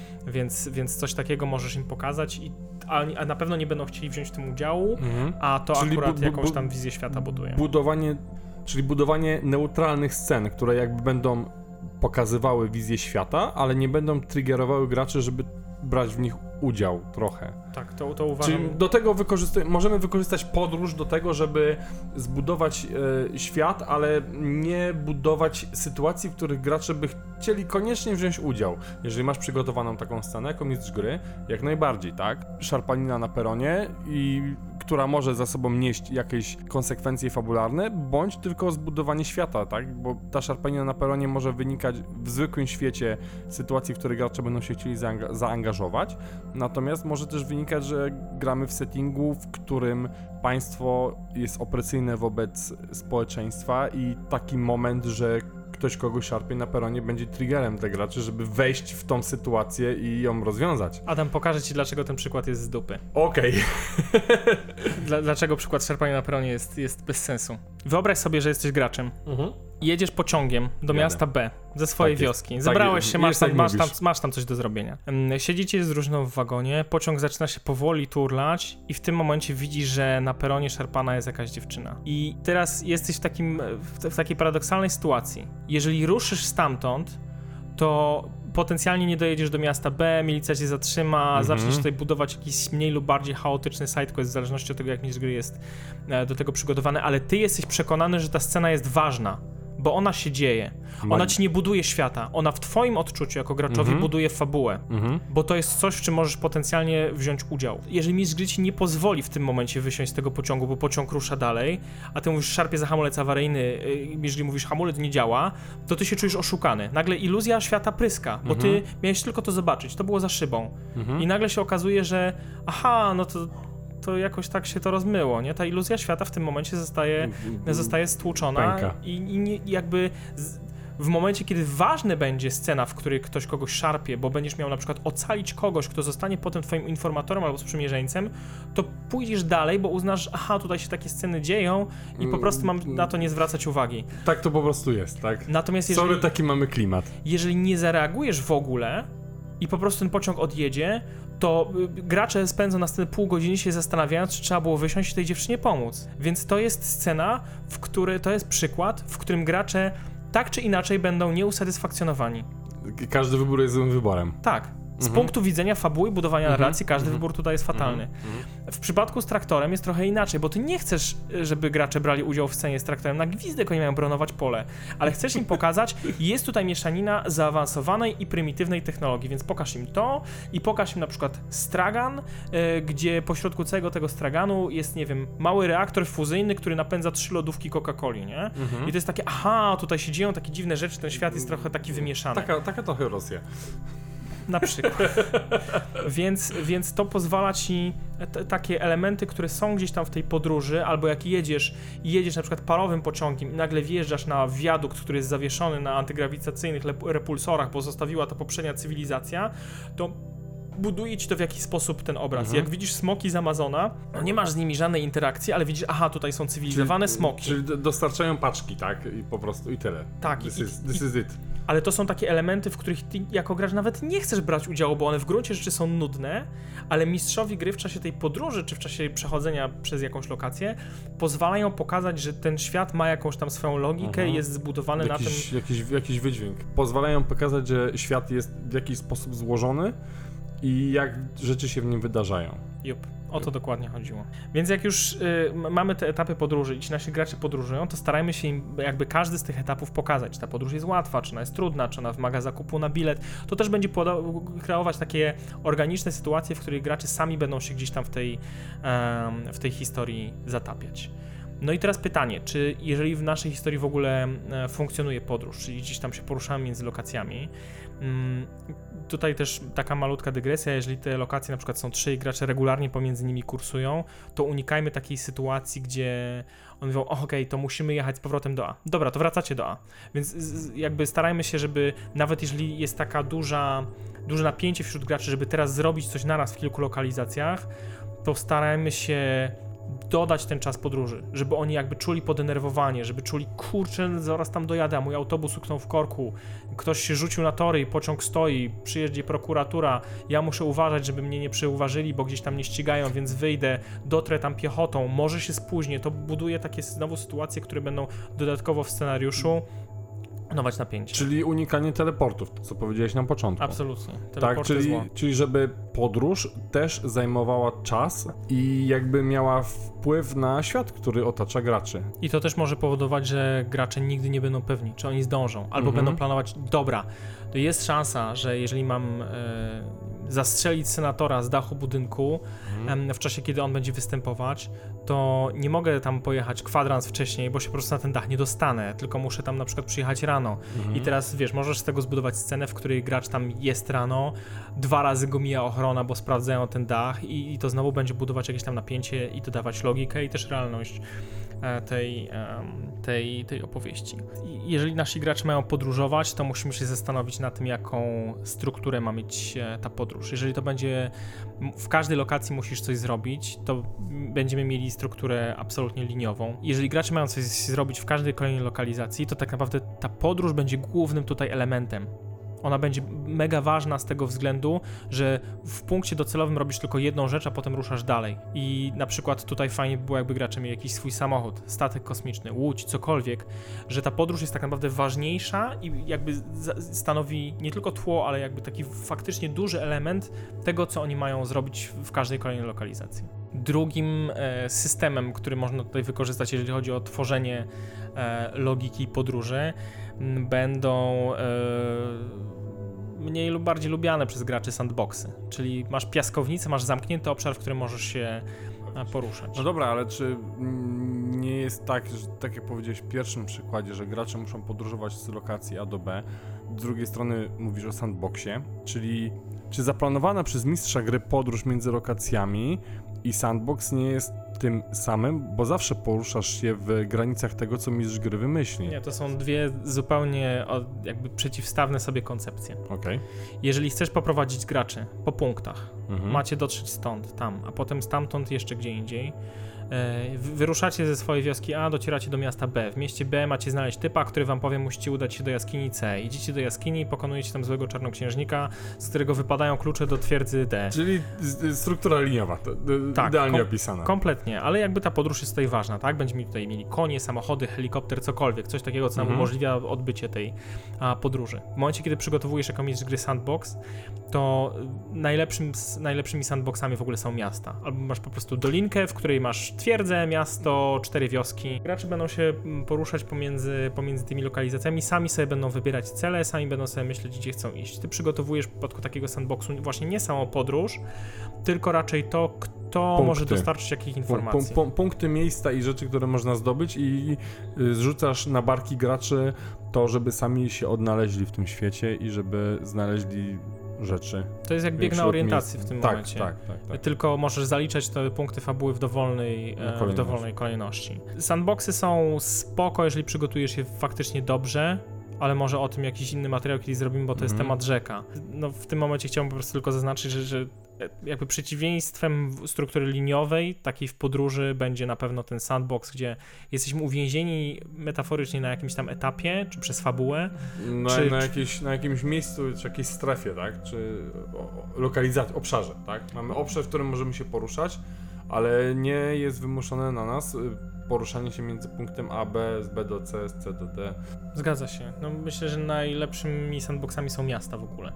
Więc coś takiego możesz im pokazać, a na pewno nie będą chcieli wziąć w tym udziału, a to czyli akurat jakąś tam wizję świata buduje. Budowanie neutralnych scen, które jakby będą pokazywały wizję świata, ale nie będą triggerowały graczy, żeby brać w nich udział trochę. Tak, to uważam. Czyli do tego możemy wykorzystać podróż do tego, żeby zbudować świat, ale nie budować sytuacji, w których gracze by chcieli koniecznie wziąć udział. Jeżeli masz przygotowaną taką scenę jako mistrz gry, jak najbardziej, tak? Szarpanina na peronie która może za sobą nieść jakieś konsekwencje fabularne, bądź tylko zbudowanie świata, tak? Bo ta szarpanina na peronie może wynikać w zwykłym świecie sytuacji, w której gracze będą się chcieli zaangażować, natomiast może też wynikać, że gramy w settingu, w którym państwo jest opresyjne wobec społeczeństwa i taki moment, że ktoś kogoś szarpie na peronie, będzie triggerem dla graczy, żeby wejść w tą sytuację i ją rozwiązać. Adam, pokażę ci, dlaczego ten przykład jest z dupy. Okej. Dlaczego przykład szarpania na peronie jest bez sensu. Wyobraź sobie, że jesteś graczem jedziesz pociągiem do Jadę. miasta B ze swojej Tak jest. wioski. Zebrałeś Tak się, jest, jak mówisz. masz tam coś do zrobienia. Siedzicie z drużyną w wagonie, pociąg zaczyna się powoli turlać i w tym momencie widzisz, że na peronie szarpana jest jakaś dziewczyna. I teraz jesteś w takiej paradoksalnej sytuacji. Jeżeli ruszysz stamtąd, to potencjalnie nie dojedziesz do miasta B, milicja cię zatrzyma, zaczniesz tutaj budować jakiś mniej lub bardziej chaotyczny sidequest, w zależności od tego, jak mistrz gry jest do tego przygotowany, ale ty jesteś przekonany, że ta scena jest ważna, bo ona się dzieje. Ona ci nie buduje świata, ona w twoim odczuciu jako graczowi buduje fabułę, bo to jest coś, w czym możesz potencjalnie wziąć udział. Jeżeli mistrz gry ci nie pozwoli w tym momencie wysiąść z tego pociągu, bo pociąg rusza dalej, a ty mówisz, szarpie za hamulec awaryjny, jeżeli mówisz, hamulec nie działa, to ty się czujesz oszukany. Nagle iluzja świata pryska, bo ty miałeś tylko to zobaczyć, to było za szybą. I nagle się okazuje, że aha, no to jakoś tak się to rozmyło, nie? Ta iluzja świata w tym momencie zostaje stłuczona Pęka. i jakby w momencie, kiedy ważna będzie scena, w której ktoś kogoś szarpie, bo będziesz miał na przykład ocalić kogoś, kto zostanie potem twoim informatorem albo sprzymierzeńcem, to pójdziesz dalej, bo uznasz, aha, tutaj się takie sceny dzieją i po prostu mam na to nie zwracać uwagi. Tak to po prostu jest, tak? Natomiast Sorry, taki mamy klimat. jeżeli nie zareagujesz w ogóle i po prostu ten pociąg odjedzie, to gracze spędzą następne pół godziny się zastanawiając, czy trzeba było wysiąść i tej dziewczynie pomóc. Więc to jest scena, to jest przykład, w którym gracze tak czy inaczej będą nieusatysfakcjonowani. Każdy wybór jest złym wyborem. Tak. Z punktu widzenia fabuły, budowania narracji, każdy wybór tutaj jest fatalny. W przypadku z traktorem jest trochę inaczej, bo ty nie chcesz, żeby gracze brali udział w scenie z traktorem. Na gwizdek oni mają bronować pole, ale chcesz im pokazać, jest tutaj mieszanina zaawansowanej i prymitywnej technologii, więc pokaż im to i pokaż im na przykład stragan, gdzie pośrodku całego tego straganu jest, nie wiem, mały reaktor fuzyjny, który napędza 3 lodówki Coca-Coli, nie? I to jest takie, aha, tutaj się dzieją takie dziwne rzeczy, ten świat jest trochę taki wymieszany. Taka trochę Rosja. Na przykład. Więc to pozwala ci takie elementy, które są gdzieś tam w tej podróży, albo jak jedziesz na przykład parowym pociągiem i nagle wjeżdżasz na wiadukt, który jest zawieszony na antygrawitacyjnych repulsorach, bo zostawiła to poprzednia cywilizacja, to buduje ci to w jakiś sposób ten obraz. Jak widzisz smoki z Amazona, no nie masz z nimi żadnej interakcji, ale widzisz, aha, tutaj są cywilizowane smoki. Czyli dostarczają paczki, tak? I po prostu i tyle. Tak. This is it. Ale to są takie elementy, w których ty jako gracz nawet nie chcesz brać udziału, bo one w gruncie rzeczy są nudne, ale mistrzowi gry w czasie tej podróży, czy w czasie przechodzenia przez jakąś lokację, pozwalają pokazać, że ten świat ma jakąś tam swoją logikę i jest zbudowany na tym... Jakiś wydźwięk. Pozwalają pokazać, że świat jest w jakiś sposób złożony i jak rzeczy się w nim wydarzają. Jup. O to dokładnie chodziło. Więc jak już mamy te etapy podróży i ci nasi gracze podróżują, to starajmy się im jakby każdy z tych etapów pokazać. Czy ta podróż jest łatwa, czy ona jest trudna, czy ona wymaga zakupu na bilet. To też będzie kreować takie organiczne sytuacje, w których gracze sami będą się gdzieś tam w tej historii zatapiać. No i teraz pytanie, czy jeżeli w naszej historii w ogóle funkcjonuje podróż, czyli gdzieś tam się poruszamy między lokacjami, tutaj też taka malutka dygresja, jeżeli te lokacje na przykład są 3 i gracze regularnie pomiędzy nimi kursują, to unikajmy takiej sytuacji, gdzie oni mówią, okej, to musimy jechać z powrotem do A. Dobra, to wracacie do A. Więc jakby starajmy się, żeby nawet jeżeli jest taka duże napięcie wśród graczy, żeby teraz zrobić coś naraz w kilku lokalizacjach, to starajmy się dodać ten czas podróży, żeby oni jakby czuli podenerwowanie, żeby czuli, kurczę, zaraz tam dojadę, a mój autobus uknął w korku, ktoś się rzucił na tory i pociąg stoi, przyjedzie prokuratura, ja muszę uważać, żeby mnie nie przyuważyli, bo gdzieś tam nie ścigają, więc wyjdę, dotrę tam piechotą, może się spóźnię, to buduje takie znowu sytuacje, które będą dodatkowo w scenariuszu nować napięcie. Czyli unikanie teleportów, to co powiedziałeś na początku. Absolutnie. Tak, czyli żeby podróż też zajmowała czas i jakby miała wpływ na świat, który otacza graczy. I to też może powodować, że gracze nigdy nie będą pewni, czy oni zdążą, albo będą planować, dobra, to jest szansa, że jeżeli mam zastrzelić senatora z dachu budynku w czasie, kiedy on będzie występować, to nie mogę tam pojechać kwadrans wcześniej, bo się po prostu na ten dach nie dostanę, tylko muszę tam na przykład przyjechać rano. I teraz, wiesz, możesz z tego zbudować scenę, w której gracz tam jest rano, 2 razy go mija ochrona, bo sprawdzają ten dach i to znowu będzie budować jakieś tam napięcie i dodawać logikę i też realność tej opowieści. Jeżeli nasi gracze mają podróżować, to musimy się zastanowić nad tym, jaką strukturę ma mieć ta podróż. Jeżeli to będzie w każdej lokacji musisz coś zrobić, to będziemy mieli strukturę absolutnie liniową. Jeżeli gracze mają coś zrobić w każdej kolejnej lokalizacji, to tak naprawdę ta podróż będzie głównym tutaj elementem. Ona będzie mega ważna z tego względu, że w punkcie docelowym robisz tylko jedną rzecz, a potem ruszasz dalej. I na przykład tutaj fajnie by było, jakby gracze mieli jakiś swój samochód, statek kosmiczny, łódź, cokolwiek, że ta podróż jest tak naprawdę ważniejsza i jakby stanowi nie tylko tło, ale jakby taki faktycznie duży element tego, co oni mają zrobić w każdej kolejnej lokalizacji. Drugim systemem, który można tutaj wykorzystać, jeżeli chodzi o tworzenie logiki podróży, będą mniej lub bardziej lubiane przez graczy sandboxy, czyli masz piaskownicę, masz zamknięty obszar, w którym możesz się poruszać. No dobra, ale czy nie jest tak, że tak jak powiedziałeś w pierwszym przykładzie, że gracze muszą podróżować z lokacji A do B, z drugiej strony mówisz o sandboxie, czyli czy zaplanowana przez mistrza gry podróż między lokacjami i sandbox nie jest tym samym, bo zawsze poruszasz się w granicach tego, co mistrz gry wymyśli. Nie, to są dwie zupełnie jakby przeciwstawne sobie koncepcje. Okej. Jeżeli chcesz poprowadzić graczy po punktach, Mhm. macie dotrzeć stąd, tam, a potem stamtąd jeszcze gdzie indziej, wyruszacie ze swojej wioski A, docieracie do miasta B. W mieście B macie znaleźć typa, który wam powie, musicie udać się do jaskini C. Idziecie do jaskini i pokonujecie tam złego czarnoksiężnika, z którego wypadają klucze do twierdzy D. Czyli struktura liniowa, to Tak, idealnie opisana. Kompletnie, ale jakby ta podróż jest tutaj ważna, tak? Będziemy tutaj mieli konie, samochody, helikopter, cokolwiek, coś takiego, co nam umożliwia odbycie tej podróży. W momencie, kiedy przygotowujesz jako mistrz gry sandbox, to najlepszymi sandboxami w ogóle są miasta. Albo masz po prostu dolinkę, w której masz twierdzę, miasto, 4 wioski. Gracze będą się poruszać pomiędzy tymi lokalizacjami, sami sobie będą wybierać cele, sami będą sobie myśleć, gdzie chcą iść. Ty przygotowujesz w przypadku takiego sandboxu właśnie nie samą podróż, tylko raczej to, kto może dostarczyć jakich informacji. Punkty, miejsca i rzeczy, które można zdobyć i zrzucasz na barki graczy to, żeby sami się odnaleźli w tym świecie i żeby znaleźli rzeczy. To jest jak bieg na orientacji w tym momencie. Tak. Tylko możesz zaliczać te punkty fabuły w dowolnej kolejności. Sandboxy są spoko, jeżeli przygotujesz je faktycznie dobrze, ale może o tym jakiś inny materiał kiedyś zrobimy, bo to jest temat rzeka. No w tym momencie chciałbym po prostu tylko zaznaczyć, że jakby przeciwieństwem struktury liniowej, takiej w podróży, będzie na pewno ten sandbox, gdzie jesteśmy uwięzieni metaforycznie na jakimś tam etapie, czy przez fabułę. Na jakimś miejscu, czy jakiejś strefie, tak? Czy lokalizacji, obszarze, tak? Mamy obszar, w którym możemy się poruszać, ale nie jest wymuszone na nas poruszanie się między punktem A, B, z B do C, z C do D. Zgadza się. No myślę, że najlepszymi sandboxami są miasta w ogóle.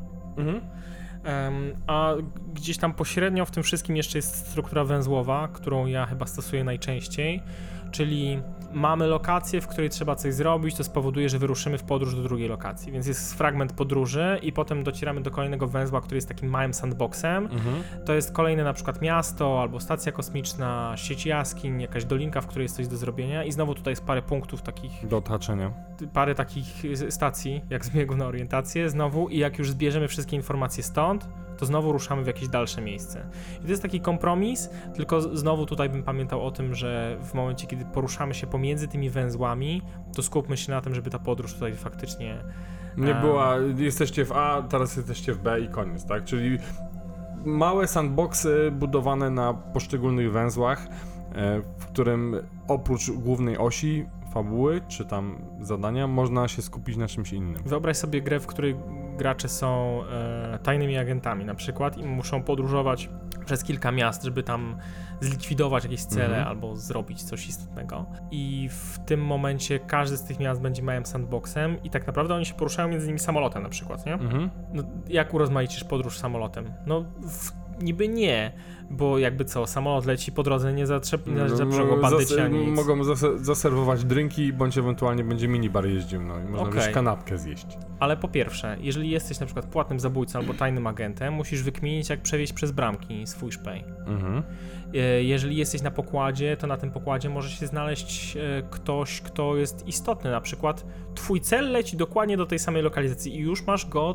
A gdzieś tam pośrednio w tym wszystkim jeszcze jest struktura węzłowa, którą ja chyba stosuję najczęściej, czyli mamy lokację, w której trzeba coś zrobić, to spowoduje, że wyruszymy w podróż do drugiej lokacji, więc jest fragment podróży i potem docieramy do kolejnego węzła, który jest takim małym sandboxem. To jest kolejne na przykład miasto, albo stacja kosmiczna, sieć jaskiń, jakaś dolinka, w której jest coś do zrobienia i znowu tutaj jest parę punktów takich... Do odhaczenia. Parę takich stacji, jak z biegu na orientację znowu i jak już zbierzemy wszystkie informacje stąd, to znowu ruszamy w jakieś dalsze miejsce. I to jest taki kompromis, tylko znowu tutaj bym pamiętał o tym, że w momencie, kiedy poruszamy się pomiędzy tymi węzłami, to skupmy się na tym, żeby ta podróż tutaj faktycznie... Nie była, jesteście w A, teraz jesteście w B i koniec, tak? Czyli małe sandboxy budowane na poszczególnych węzłach, w którym oprócz głównej osi fabuły, czy tam zadania, można się skupić na czymś innym. Wyobraź sobie grę, w której gracze są tajnymi agentami na przykład i muszą podróżować przez kilka miast, żeby tam zlikwidować jakieś cele albo zrobić coś istotnego. I w tym momencie każdy z tych miast będzie małym sandboxem i tak naprawdę oni się poruszają między nimi samolotem na przykład, nie? No, jak urozmaicisz podróż samolotem? No niby nie, bo jakby co, samolot leci po drodze, nie zaprzęgą bandyci ani nic. Mogą zaserwować drinki, bądź ewentualnie będzie minibar jeździł, no i można już kanapkę zjeść. Ale po pierwsze, jeżeli jesteś na przykład płatnym zabójcą albo tajnym agentem, musisz wykminić, jak przewieźć przez bramki swój szpej. Jeżeli jesteś na pokładzie, to na tym pokładzie może się znaleźć ktoś, kto jest istotny, na przykład twój cel leci dokładnie do tej samej lokalizacji i już masz go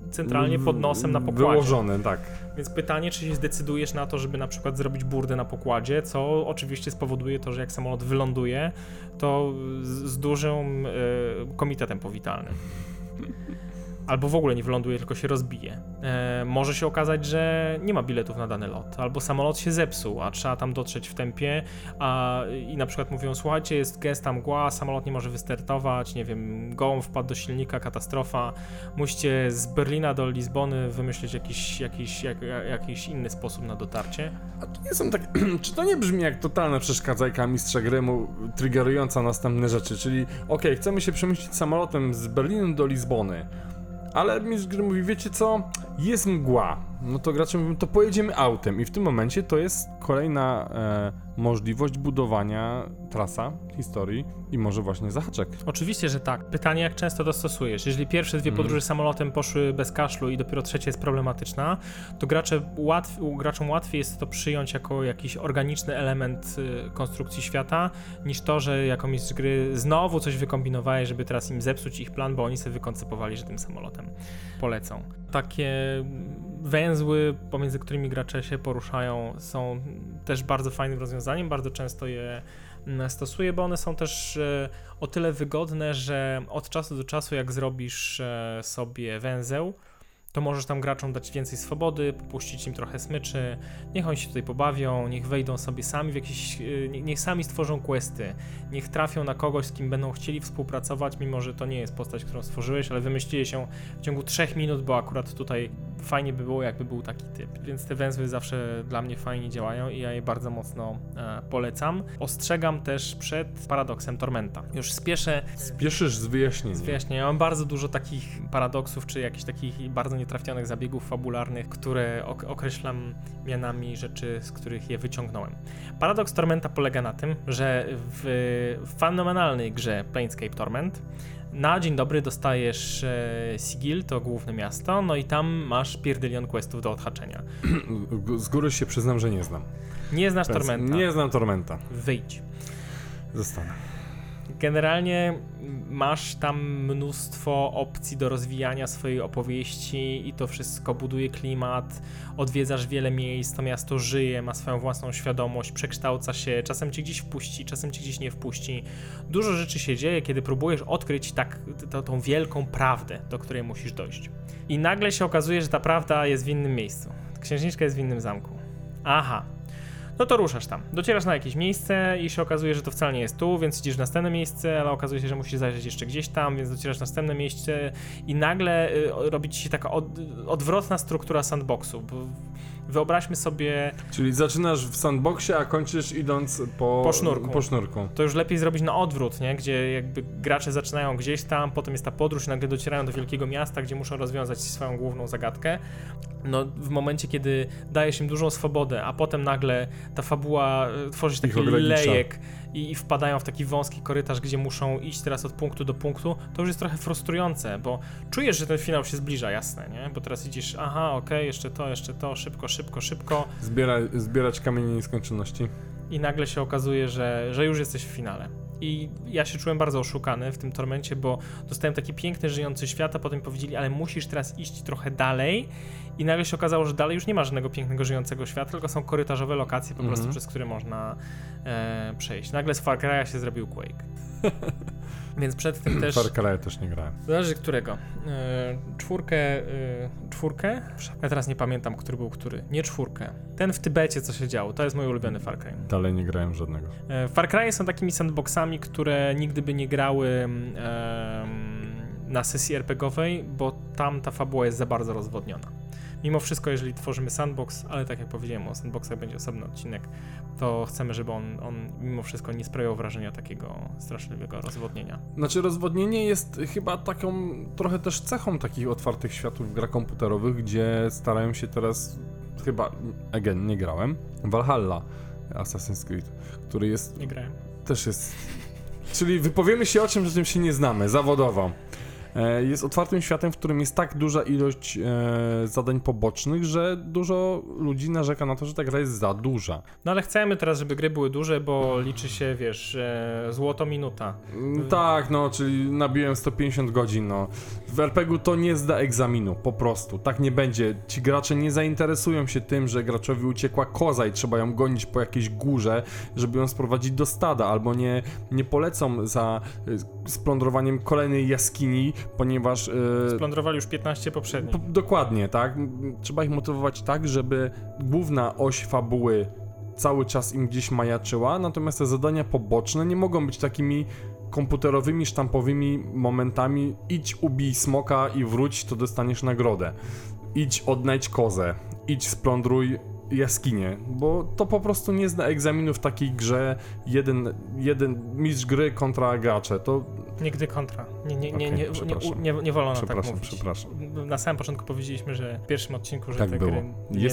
centralnie pod nosem na pokładzie. Wyłożone, tak. Więc pytanie, czy się zdecydujesz na to, żeby na przykład zrobić burdę na pokładzie, co oczywiście spowoduje to, że jak samolot wyląduje, to z dużym komitetem powitalnym. Albo w ogóle nie wyląduje, tylko się rozbije. Może się okazać, że nie ma biletów na dany lot, albo samolot się zepsuł, a trzeba tam dotrzeć w tempie, i na przykład mówią, słuchajcie, jest gęsta mgła, samolot nie może wystartować, nie wiem, gołąb wpadł do silnika, katastrofa, musicie z Berlina do Lizbony wymyślić jakiś inny sposób na dotarcie. A to nie są takie... Czy to nie brzmi jak totalna przeszkadzajka mistrza gry triggerująca następne rzeczy, czyli okej, chcemy się przemieścić samolotem z Berlina do Lizbony, ale mistrz gry mówi, wiecie co, jest mgła, no to gracze mówią, to pojedziemy autem i w tym momencie to jest kolejna możliwość budowania trasa historii i może właśnie zahaczek. Oczywiście, że tak. Pytanie, jak często to stosujesz. Jeżeli pierwsze dwie podróże samolotem poszły bez kaszlu i dopiero trzecia jest problematyczna, to graczom łatwiej jest to przyjąć jako jakiś organiczny element konstrukcji świata, niż to, że jako mistrz gry znowu coś wykombinowałeś, żeby teraz im zepsuć ich plan, bo oni sobie wykoncypowali, że tym samolotem polecą. Takie węzły, pomiędzy którymi gracze się poruszają, są też bardzo fajnym rozwiązaniem, bardzo często je stosuję, bo one są też o tyle wygodne, że od czasu do czasu jak zrobisz sobie węzeł, to możesz tam graczom dać więcej swobody, popuścić im trochę smyczy, niech oni się tutaj pobawią, niech wejdą sobie sami w jakieś, niech sami stworzą questy, niech trafią na kogoś, z kim będą chcieli współpracować, mimo że to nie jest postać, którą stworzyłeś, ale wymyśliłeś ją w ciągu 3 minut, bo akurat tutaj fajnie by było, jakby był taki typ. Więc te węzły zawsze dla mnie fajnie działają i ja je bardzo mocno polecam. Ostrzegam też przed paradoksem Tormenta. Już Spieszysz z wyjaśnieniem. Ja mam bardzo dużo takich paradoksów, czy jakichś takich bardzo nietrafionych zabiegów fabularnych, które określam mianami rzeczy, z których je wyciągnąłem. Paradoks Tormenta polega na tym, że w fenomenalnej grze Planescape Torment na dzień dobry dostajesz Sigil, to główne miasto, no i tam masz pierdylion questów do odhaczenia. Z góry się przyznam, że nie znam. Nie znasz Tormenta. Nie znam Tormenta. Wyjdź. Zostanę. Generalnie masz tam mnóstwo opcji do rozwijania swojej opowieści i to wszystko buduje klimat, odwiedzasz wiele miejsc, to miasto żyje, ma swoją własną świadomość, przekształca się, czasem cię gdzieś wpuści, czasem cię gdzieś nie wpuści. Dużo rzeczy się dzieje, kiedy próbujesz odkryć tą wielką prawdę, do której musisz dojść. I nagle się okazuje, że ta prawda jest w innym miejscu. Księżniczka jest w innym zamku. Aha. No to ruszasz tam, docierasz na jakieś miejsce i się okazuje, że to wcale nie jest tu, więc idziesz w następne miejsce, ale okazuje się, że musisz zajrzeć jeszcze gdzieś tam, więc docierasz w następne miejsce i nagle robi ci się taka odwrotna struktura sandboxu. Wyobraźmy sobie... Czyli zaczynasz w sandboxie, a kończysz idąc po sznurku. To już lepiej zrobić na odwrót, nie? Gdzie jakby gracze zaczynają gdzieś tam, potem jest ta podróż i nagle docierają do wielkiego miasta, gdzie muszą rozwiązać swoją główną zagadkę. No w momencie, kiedy dajesz im dużą swobodę, a potem nagle ta fabuła tworzy się taki lejek i wpadają w taki wąski korytarz, gdzie muszą iść teraz od punktu do punktu, to już jest trochę frustrujące, bo czujesz, że ten finał się zbliża, jasne, nie? Bo teraz idziesz, jeszcze to, szybko. Zbierać kamienie nieskończoności. I nagle się okazuje, że już jesteś w finale. I ja się czułem bardzo oszukany w tym Tormencie, bo dostałem taki piękny, żyjący świat, a potem powiedzieli, ale musisz teraz iść trochę dalej. I nagle się okazało, że dalej już nie ma żadnego pięknego, żyjącego świata, tylko są korytarzowe lokacje po prostu, przez które można przejść. Nagle z Far Cry'a się zrobił Quake. Więc przed tym też... Far Cry'a też nie grałem. Zależy którego. Czwórkę? Ja teraz nie pamiętam, który był który. Nie czwórkę. Ten w Tybecie, co się działo. To jest mój ulubiony Far Cry. Dalej nie grałem żadnego. Far Cry'e są takimi sandboxami, które nigdy by nie grały na sesji RPG-owej, bo tam ta fabuła jest za bardzo rozwodniona. Mimo wszystko, jeżeli tworzymy sandbox, ale tak jak powiedziałem, o sandboxach będzie osobny odcinek, to chcemy, żeby on mimo wszystko nie sprawiał wrażenia takiego straszliwego rozwodnienia. Znaczy rozwodnienie jest chyba taką trochę też cechą takich otwartych światów gra komputerowych, gdzie starają się teraz, chyba, nie grałem, Valhalla, Assassin's Creed, który jest... Nie grałem. Też jest... Czyli wypowiemy się o czym się nie znamy, zawodowo. Jest otwartym światem, w którym jest tak duża ilość zadań pobocznych, że dużo ludzi narzeka na to, że ta gra jest za duża. No ale chcemy teraz, żeby gry były duże, bo liczy się, wiesz, złoto minuta. Tak, no, czyli nabiłem 150 godzin, no. W RPG-u to nie zda egzaminu, po prostu. Tak nie będzie. Ci gracze nie zainteresują się tym, że graczowi uciekła koza i trzeba ją gonić po jakiejś górze, żeby ją sprowadzić do stada, albo nie polecą za splądrowaniem kolejnej jaskini, ponieważ... Splądrowali już 15 poprzednich. Dokładnie, tak. Trzeba ich motywować tak, żeby główna oś fabuły cały czas im gdzieś majaczyła, natomiast te zadania poboczne nie mogą być takimi komputerowymi, sztampowymi momentami. Idź, ubij smoka i wróć, to dostaniesz nagrodę. Idź, odnajdź kozę. Idź, splądruj jaskinię, bo to po prostu nie zna egzaminu w takiej grze jeden mistrz gry kontra gracze. To... Nigdy kontra. Nie wolno na tak mówić. Przepraszam. Na samym początku powiedzieliśmy, że w pierwszym odcinku, że tak te było. gry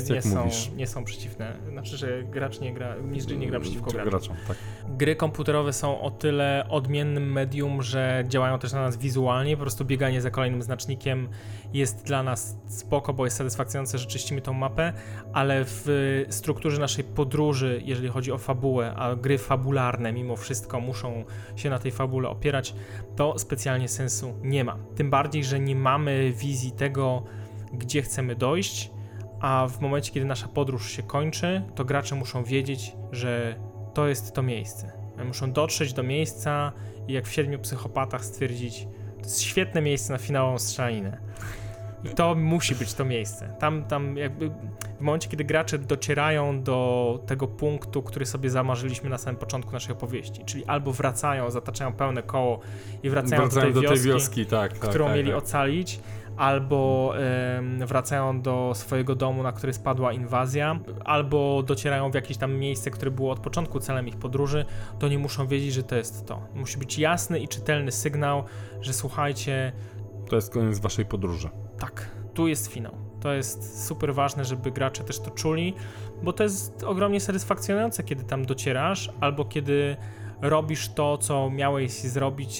nie są przeciwne. Znaczy, że gracz nie gra, mistrz gry nie gra przeciwko graczom. Tak. Gry komputerowe są o tyle odmiennym medium, że działają też na nas wizualnie. Po prostu bieganie za kolejnym znacznikiem jest dla nas spoko, bo jest satysfakcjonujące, że czyścimy tą mapę, ale w strukturze naszej podróży, jeżeli chodzi o fabułę, a gry fabularne mimo wszystko muszą się na tej fabule opierać, to specjalnie sensu nie ma. Tym bardziej, że nie mamy wizji tego, gdzie chcemy dojść, a w momencie, kiedy nasza podróż się kończy, to gracze muszą wiedzieć, że to jest to miejsce. Muszą dotrzeć do miejsca i jak w 7 psychopatach stwierdzić, to jest świetne miejsce na finałową strzelaninę. I to musi być to miejsce. Tam jakby w momencie, kiedy gracze docierają do tego punktu, który sobie zamarzyliśmy na samym początku naszej opowieści, czyli albo wracają, zataczają pełne koło i wracają do tej wioski, którą mieli ocalić, albo wracają do swojego domu, na który spadła inwazja, albo docierają w jakieś tam miejsce, które było od początku celem ich podróży, to nie muszą wiedzieć, że to jest to. Musi być jasny i czytelny sygnał, że słuchajcie... To jest koniec waszej podróży. Tak, tu jest finał. To jest super ważne, żeby gracze też to czuli, bo to jest ogromnie satysfakcjonujące, kiedy tam docierasz, albo kiedy robisz to, co miałeś zrobić,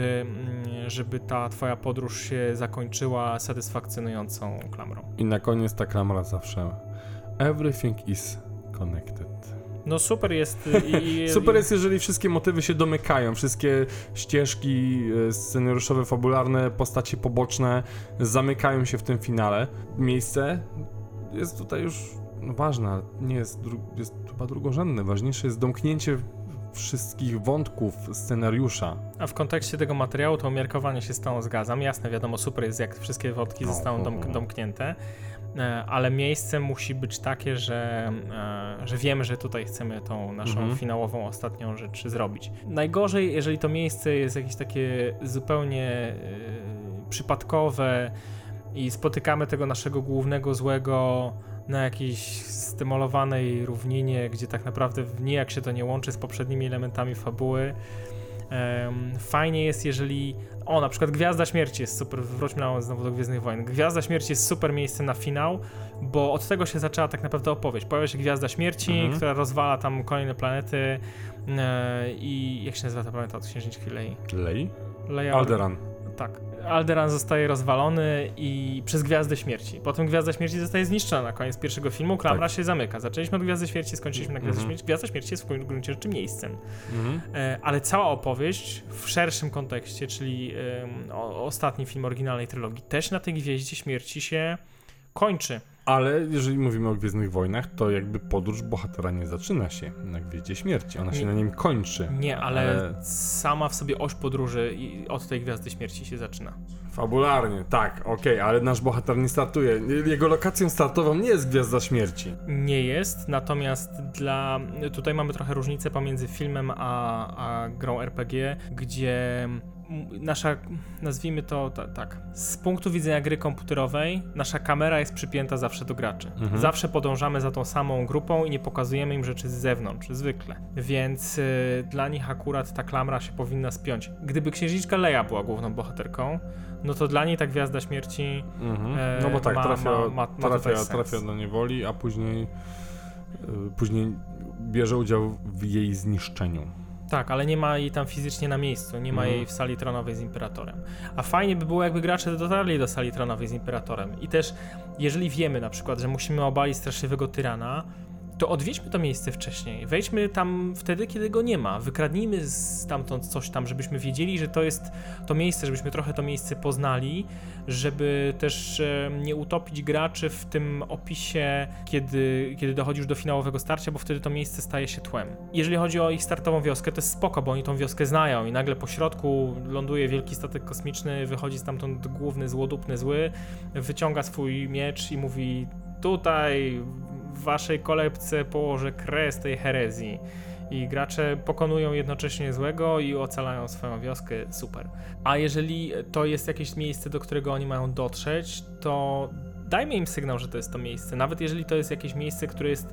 żeby ta twoja podróż się zakończyła satysfakcjonującą klamrą. I na koniec ta klamra zawsze everything is connected. No super jest. Super jest, jeżeli wszystkie motywy się domykają, wszystkie ścieżki scenariuszowe, fabularne, postacie poboczne zamykają się w tym finale. Miejsce jest tutaj już ważne, ale nie jest, jest chyba drugorzędne. Ważniejsze jest domknięcie wszystkich wątków scenariusza. A w kontekście tego materiału to umiarkowanie się z tą zgadzam. Jasne, wiadomo, super jest, jak wszystkie wątki zostaną domknięte, ale miejsce musi być takie, że wiemy, że tutaj chcemy tą naszą finałową, ostatnią rzecz zrobić. Najgorzej, jeżeli to miejsce jest jakieś takie zupełnie przypadkowe i spotykamy tego naszego głównego złego na jakiejś zdemolowanej równinie, gdzie tak naprawdę nijak się to nie łączy z poprzednimi elementami fabuły. Fajnie jest, jeżeli... na przykład Gwiazda Śmierci jest super, wróćmy znowu do Gwiezdnych Wojen. Gwiazda Śmierci jest super miejscem na finał, bo od tego się zaczęła tak naprawdę opowieść. Pojawia się Gwiazda Śmierci, która rozwala tam kolejne planety i jak się nazywa ta planeta od Księżniczki Lei? Leia Alderaan. Tak. Alderaan zostaje rozwalony i przez Gwiazdę Śmierci. Potem Gwiazda Śmierci zostaje zniszczona na koniec pierwszego filmu, klamra się zamyka. Zaczęliśmy od Gwiazdy Śmierci, skończyliśmy na Gwiazdę Śmierci. Gwiazda Śmierci jest w gruncie rzeczy miejscem. Ale cała opowieść w szerszym kontekście, czyli ostatni film oryginalnej trylogii, też na tej Gwieździe Śmierci się kończy. Ale jeżeli mówimy o Gwiezdnych Wojnach, to jakby podróż bohatera nie zaczyna się na Gwieździe Śmierci, ona się na nim kończy. Nie, ale sama w sobie oś podróży i od tej Gwiazdy Śmierci się zaczyna. Fabularnie, tak, okej, ale nasz bohater nie startuje. Jego lokacją startową nie jest Gwiazda Śmierci. Nie jest, natomiast tutaj mamy trochę różnicę pomiędzy filmem a grą RPG, gdzie nasza, nazwijmy to tak, z punktu widzenia gry komputerowej, nasza kamera jest przypięta zawsze do graczy. Zawsze podążamy za tą samą grupą i nie pokazujemy im rzeczy z zewnątrz, zwykle. Więc dla nich akurat ta klamra się powinna spiąć. Gdyby Księżniczka Leia była główną bohaterką, no to dla niej ta Gwiazda Śmierci no bo tak, trafia sens. do niewoli, a później bierze udział w jej zniszczeniu. Tak, ale nie ma jej tam fizycznie na miejscu, nie ma jej w sali tronowej z Imperatorem. A fajnie by było, jakby gracze dotarli do sali tronowej z Imperatorem. I też, jeżeli wiemy na przykład, że musimy obalić straszliwego tyrana, to odwiedźmy to miejsce wcześniej. Wejdźmy tam wtedy, kiedy go nie ma. Wykradnijmy stamtąd coś tam, żebyśmy wiedzieli, że to jest to miejsce, żebyśmy trochę to miejsce poznali, żeby też nie utopić graczy w tym opisie, kiedy dochodzi już do finałowego starcia, bo wtedy to miejsce staje się tłem. Jeżeli chodzi o ich startową wioskę, to jest spoko, bo oni tą wioskę znają i nagle po środku ląduje wielki statek kosmiczny, wychodzi stamtąd główny złodupny zły, wyciąga swój miecz i mówi: tutaj w waszej kolebce położę kres tej herezji. I gracze pokonują jednocześnie złego i ocalają swoją wioskę, super. A jeżeli to jest jakieś miejsce, do którego oni mają dotrzeć, to dajmy im sygnał, że to jest to miejsce. Nawet jeżeli to jest jakieś miejsce, które jest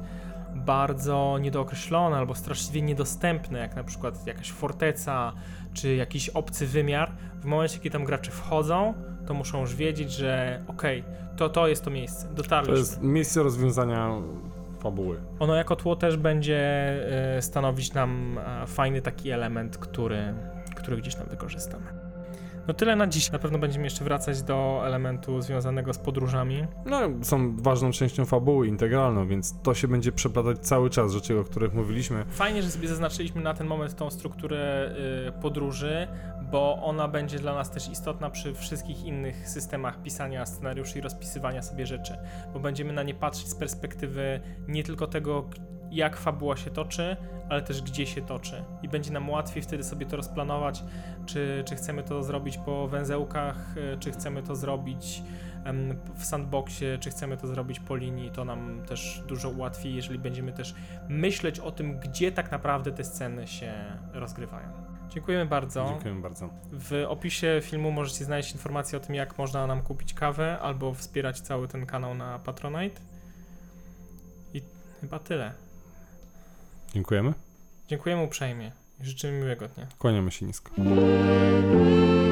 bardzo niedookreślone albo straszliwie niedostępne, jak na przykład jakaś forteca czy jakiś obcy wymiar, w momencie, kiedy tam gracze wchodzą, to muszą już wiedzieć, że okej, to jest to miejsce, dotarliśmy. To jest miejsce rozwiązania fabuły. Ono jako tło też będzie stanowić nam fajny taki element, który gdzieś tam wykorzystamy. No tyle na dziś. Na pewno będziemy jeszcze wracać do elementu związanego z podróżami. No, są ważną częścią fabuły, integralną, więc to się będzie przeplatać cały czas, rzeczy, o których mówiliśmy. Fajnie, że sobie zaznaczyliśmy na ten moment tą strukturę podróży, bo ona będzie dla nas też istotna przy wszystkich innych systemach pisania scenariuszy i rozpisywania sobie rzeczy, bo będziemy na nie patrzeć z perspektywy nie tylko tego, jak fabuła się toczy, ale też gdzie się toczy. I będzie nam łatwiej wtedy sobie to rozplanować, czy chcemy to zrobić po węzełkach, czy chcemy to zrobić w sandboxie, czy chcemy to zrobić po linii. To nam też dużo ułatwi, jeżeli będziemy też myśleć o tym, gdzie tak naprawdę te sceny się rozgrywają. Dziękujemy bardzo. Dziękujemy bardzo. W opisie filmu możecie znaleźć informacje o tym, jak można nam kupić kawę albo wspierać cały ten kanał na Patronite. I chyba tyle. Dziękujemy. Dziękujemy uprzejmie i życzymy miłego dnia. Kłaniamy się nisko.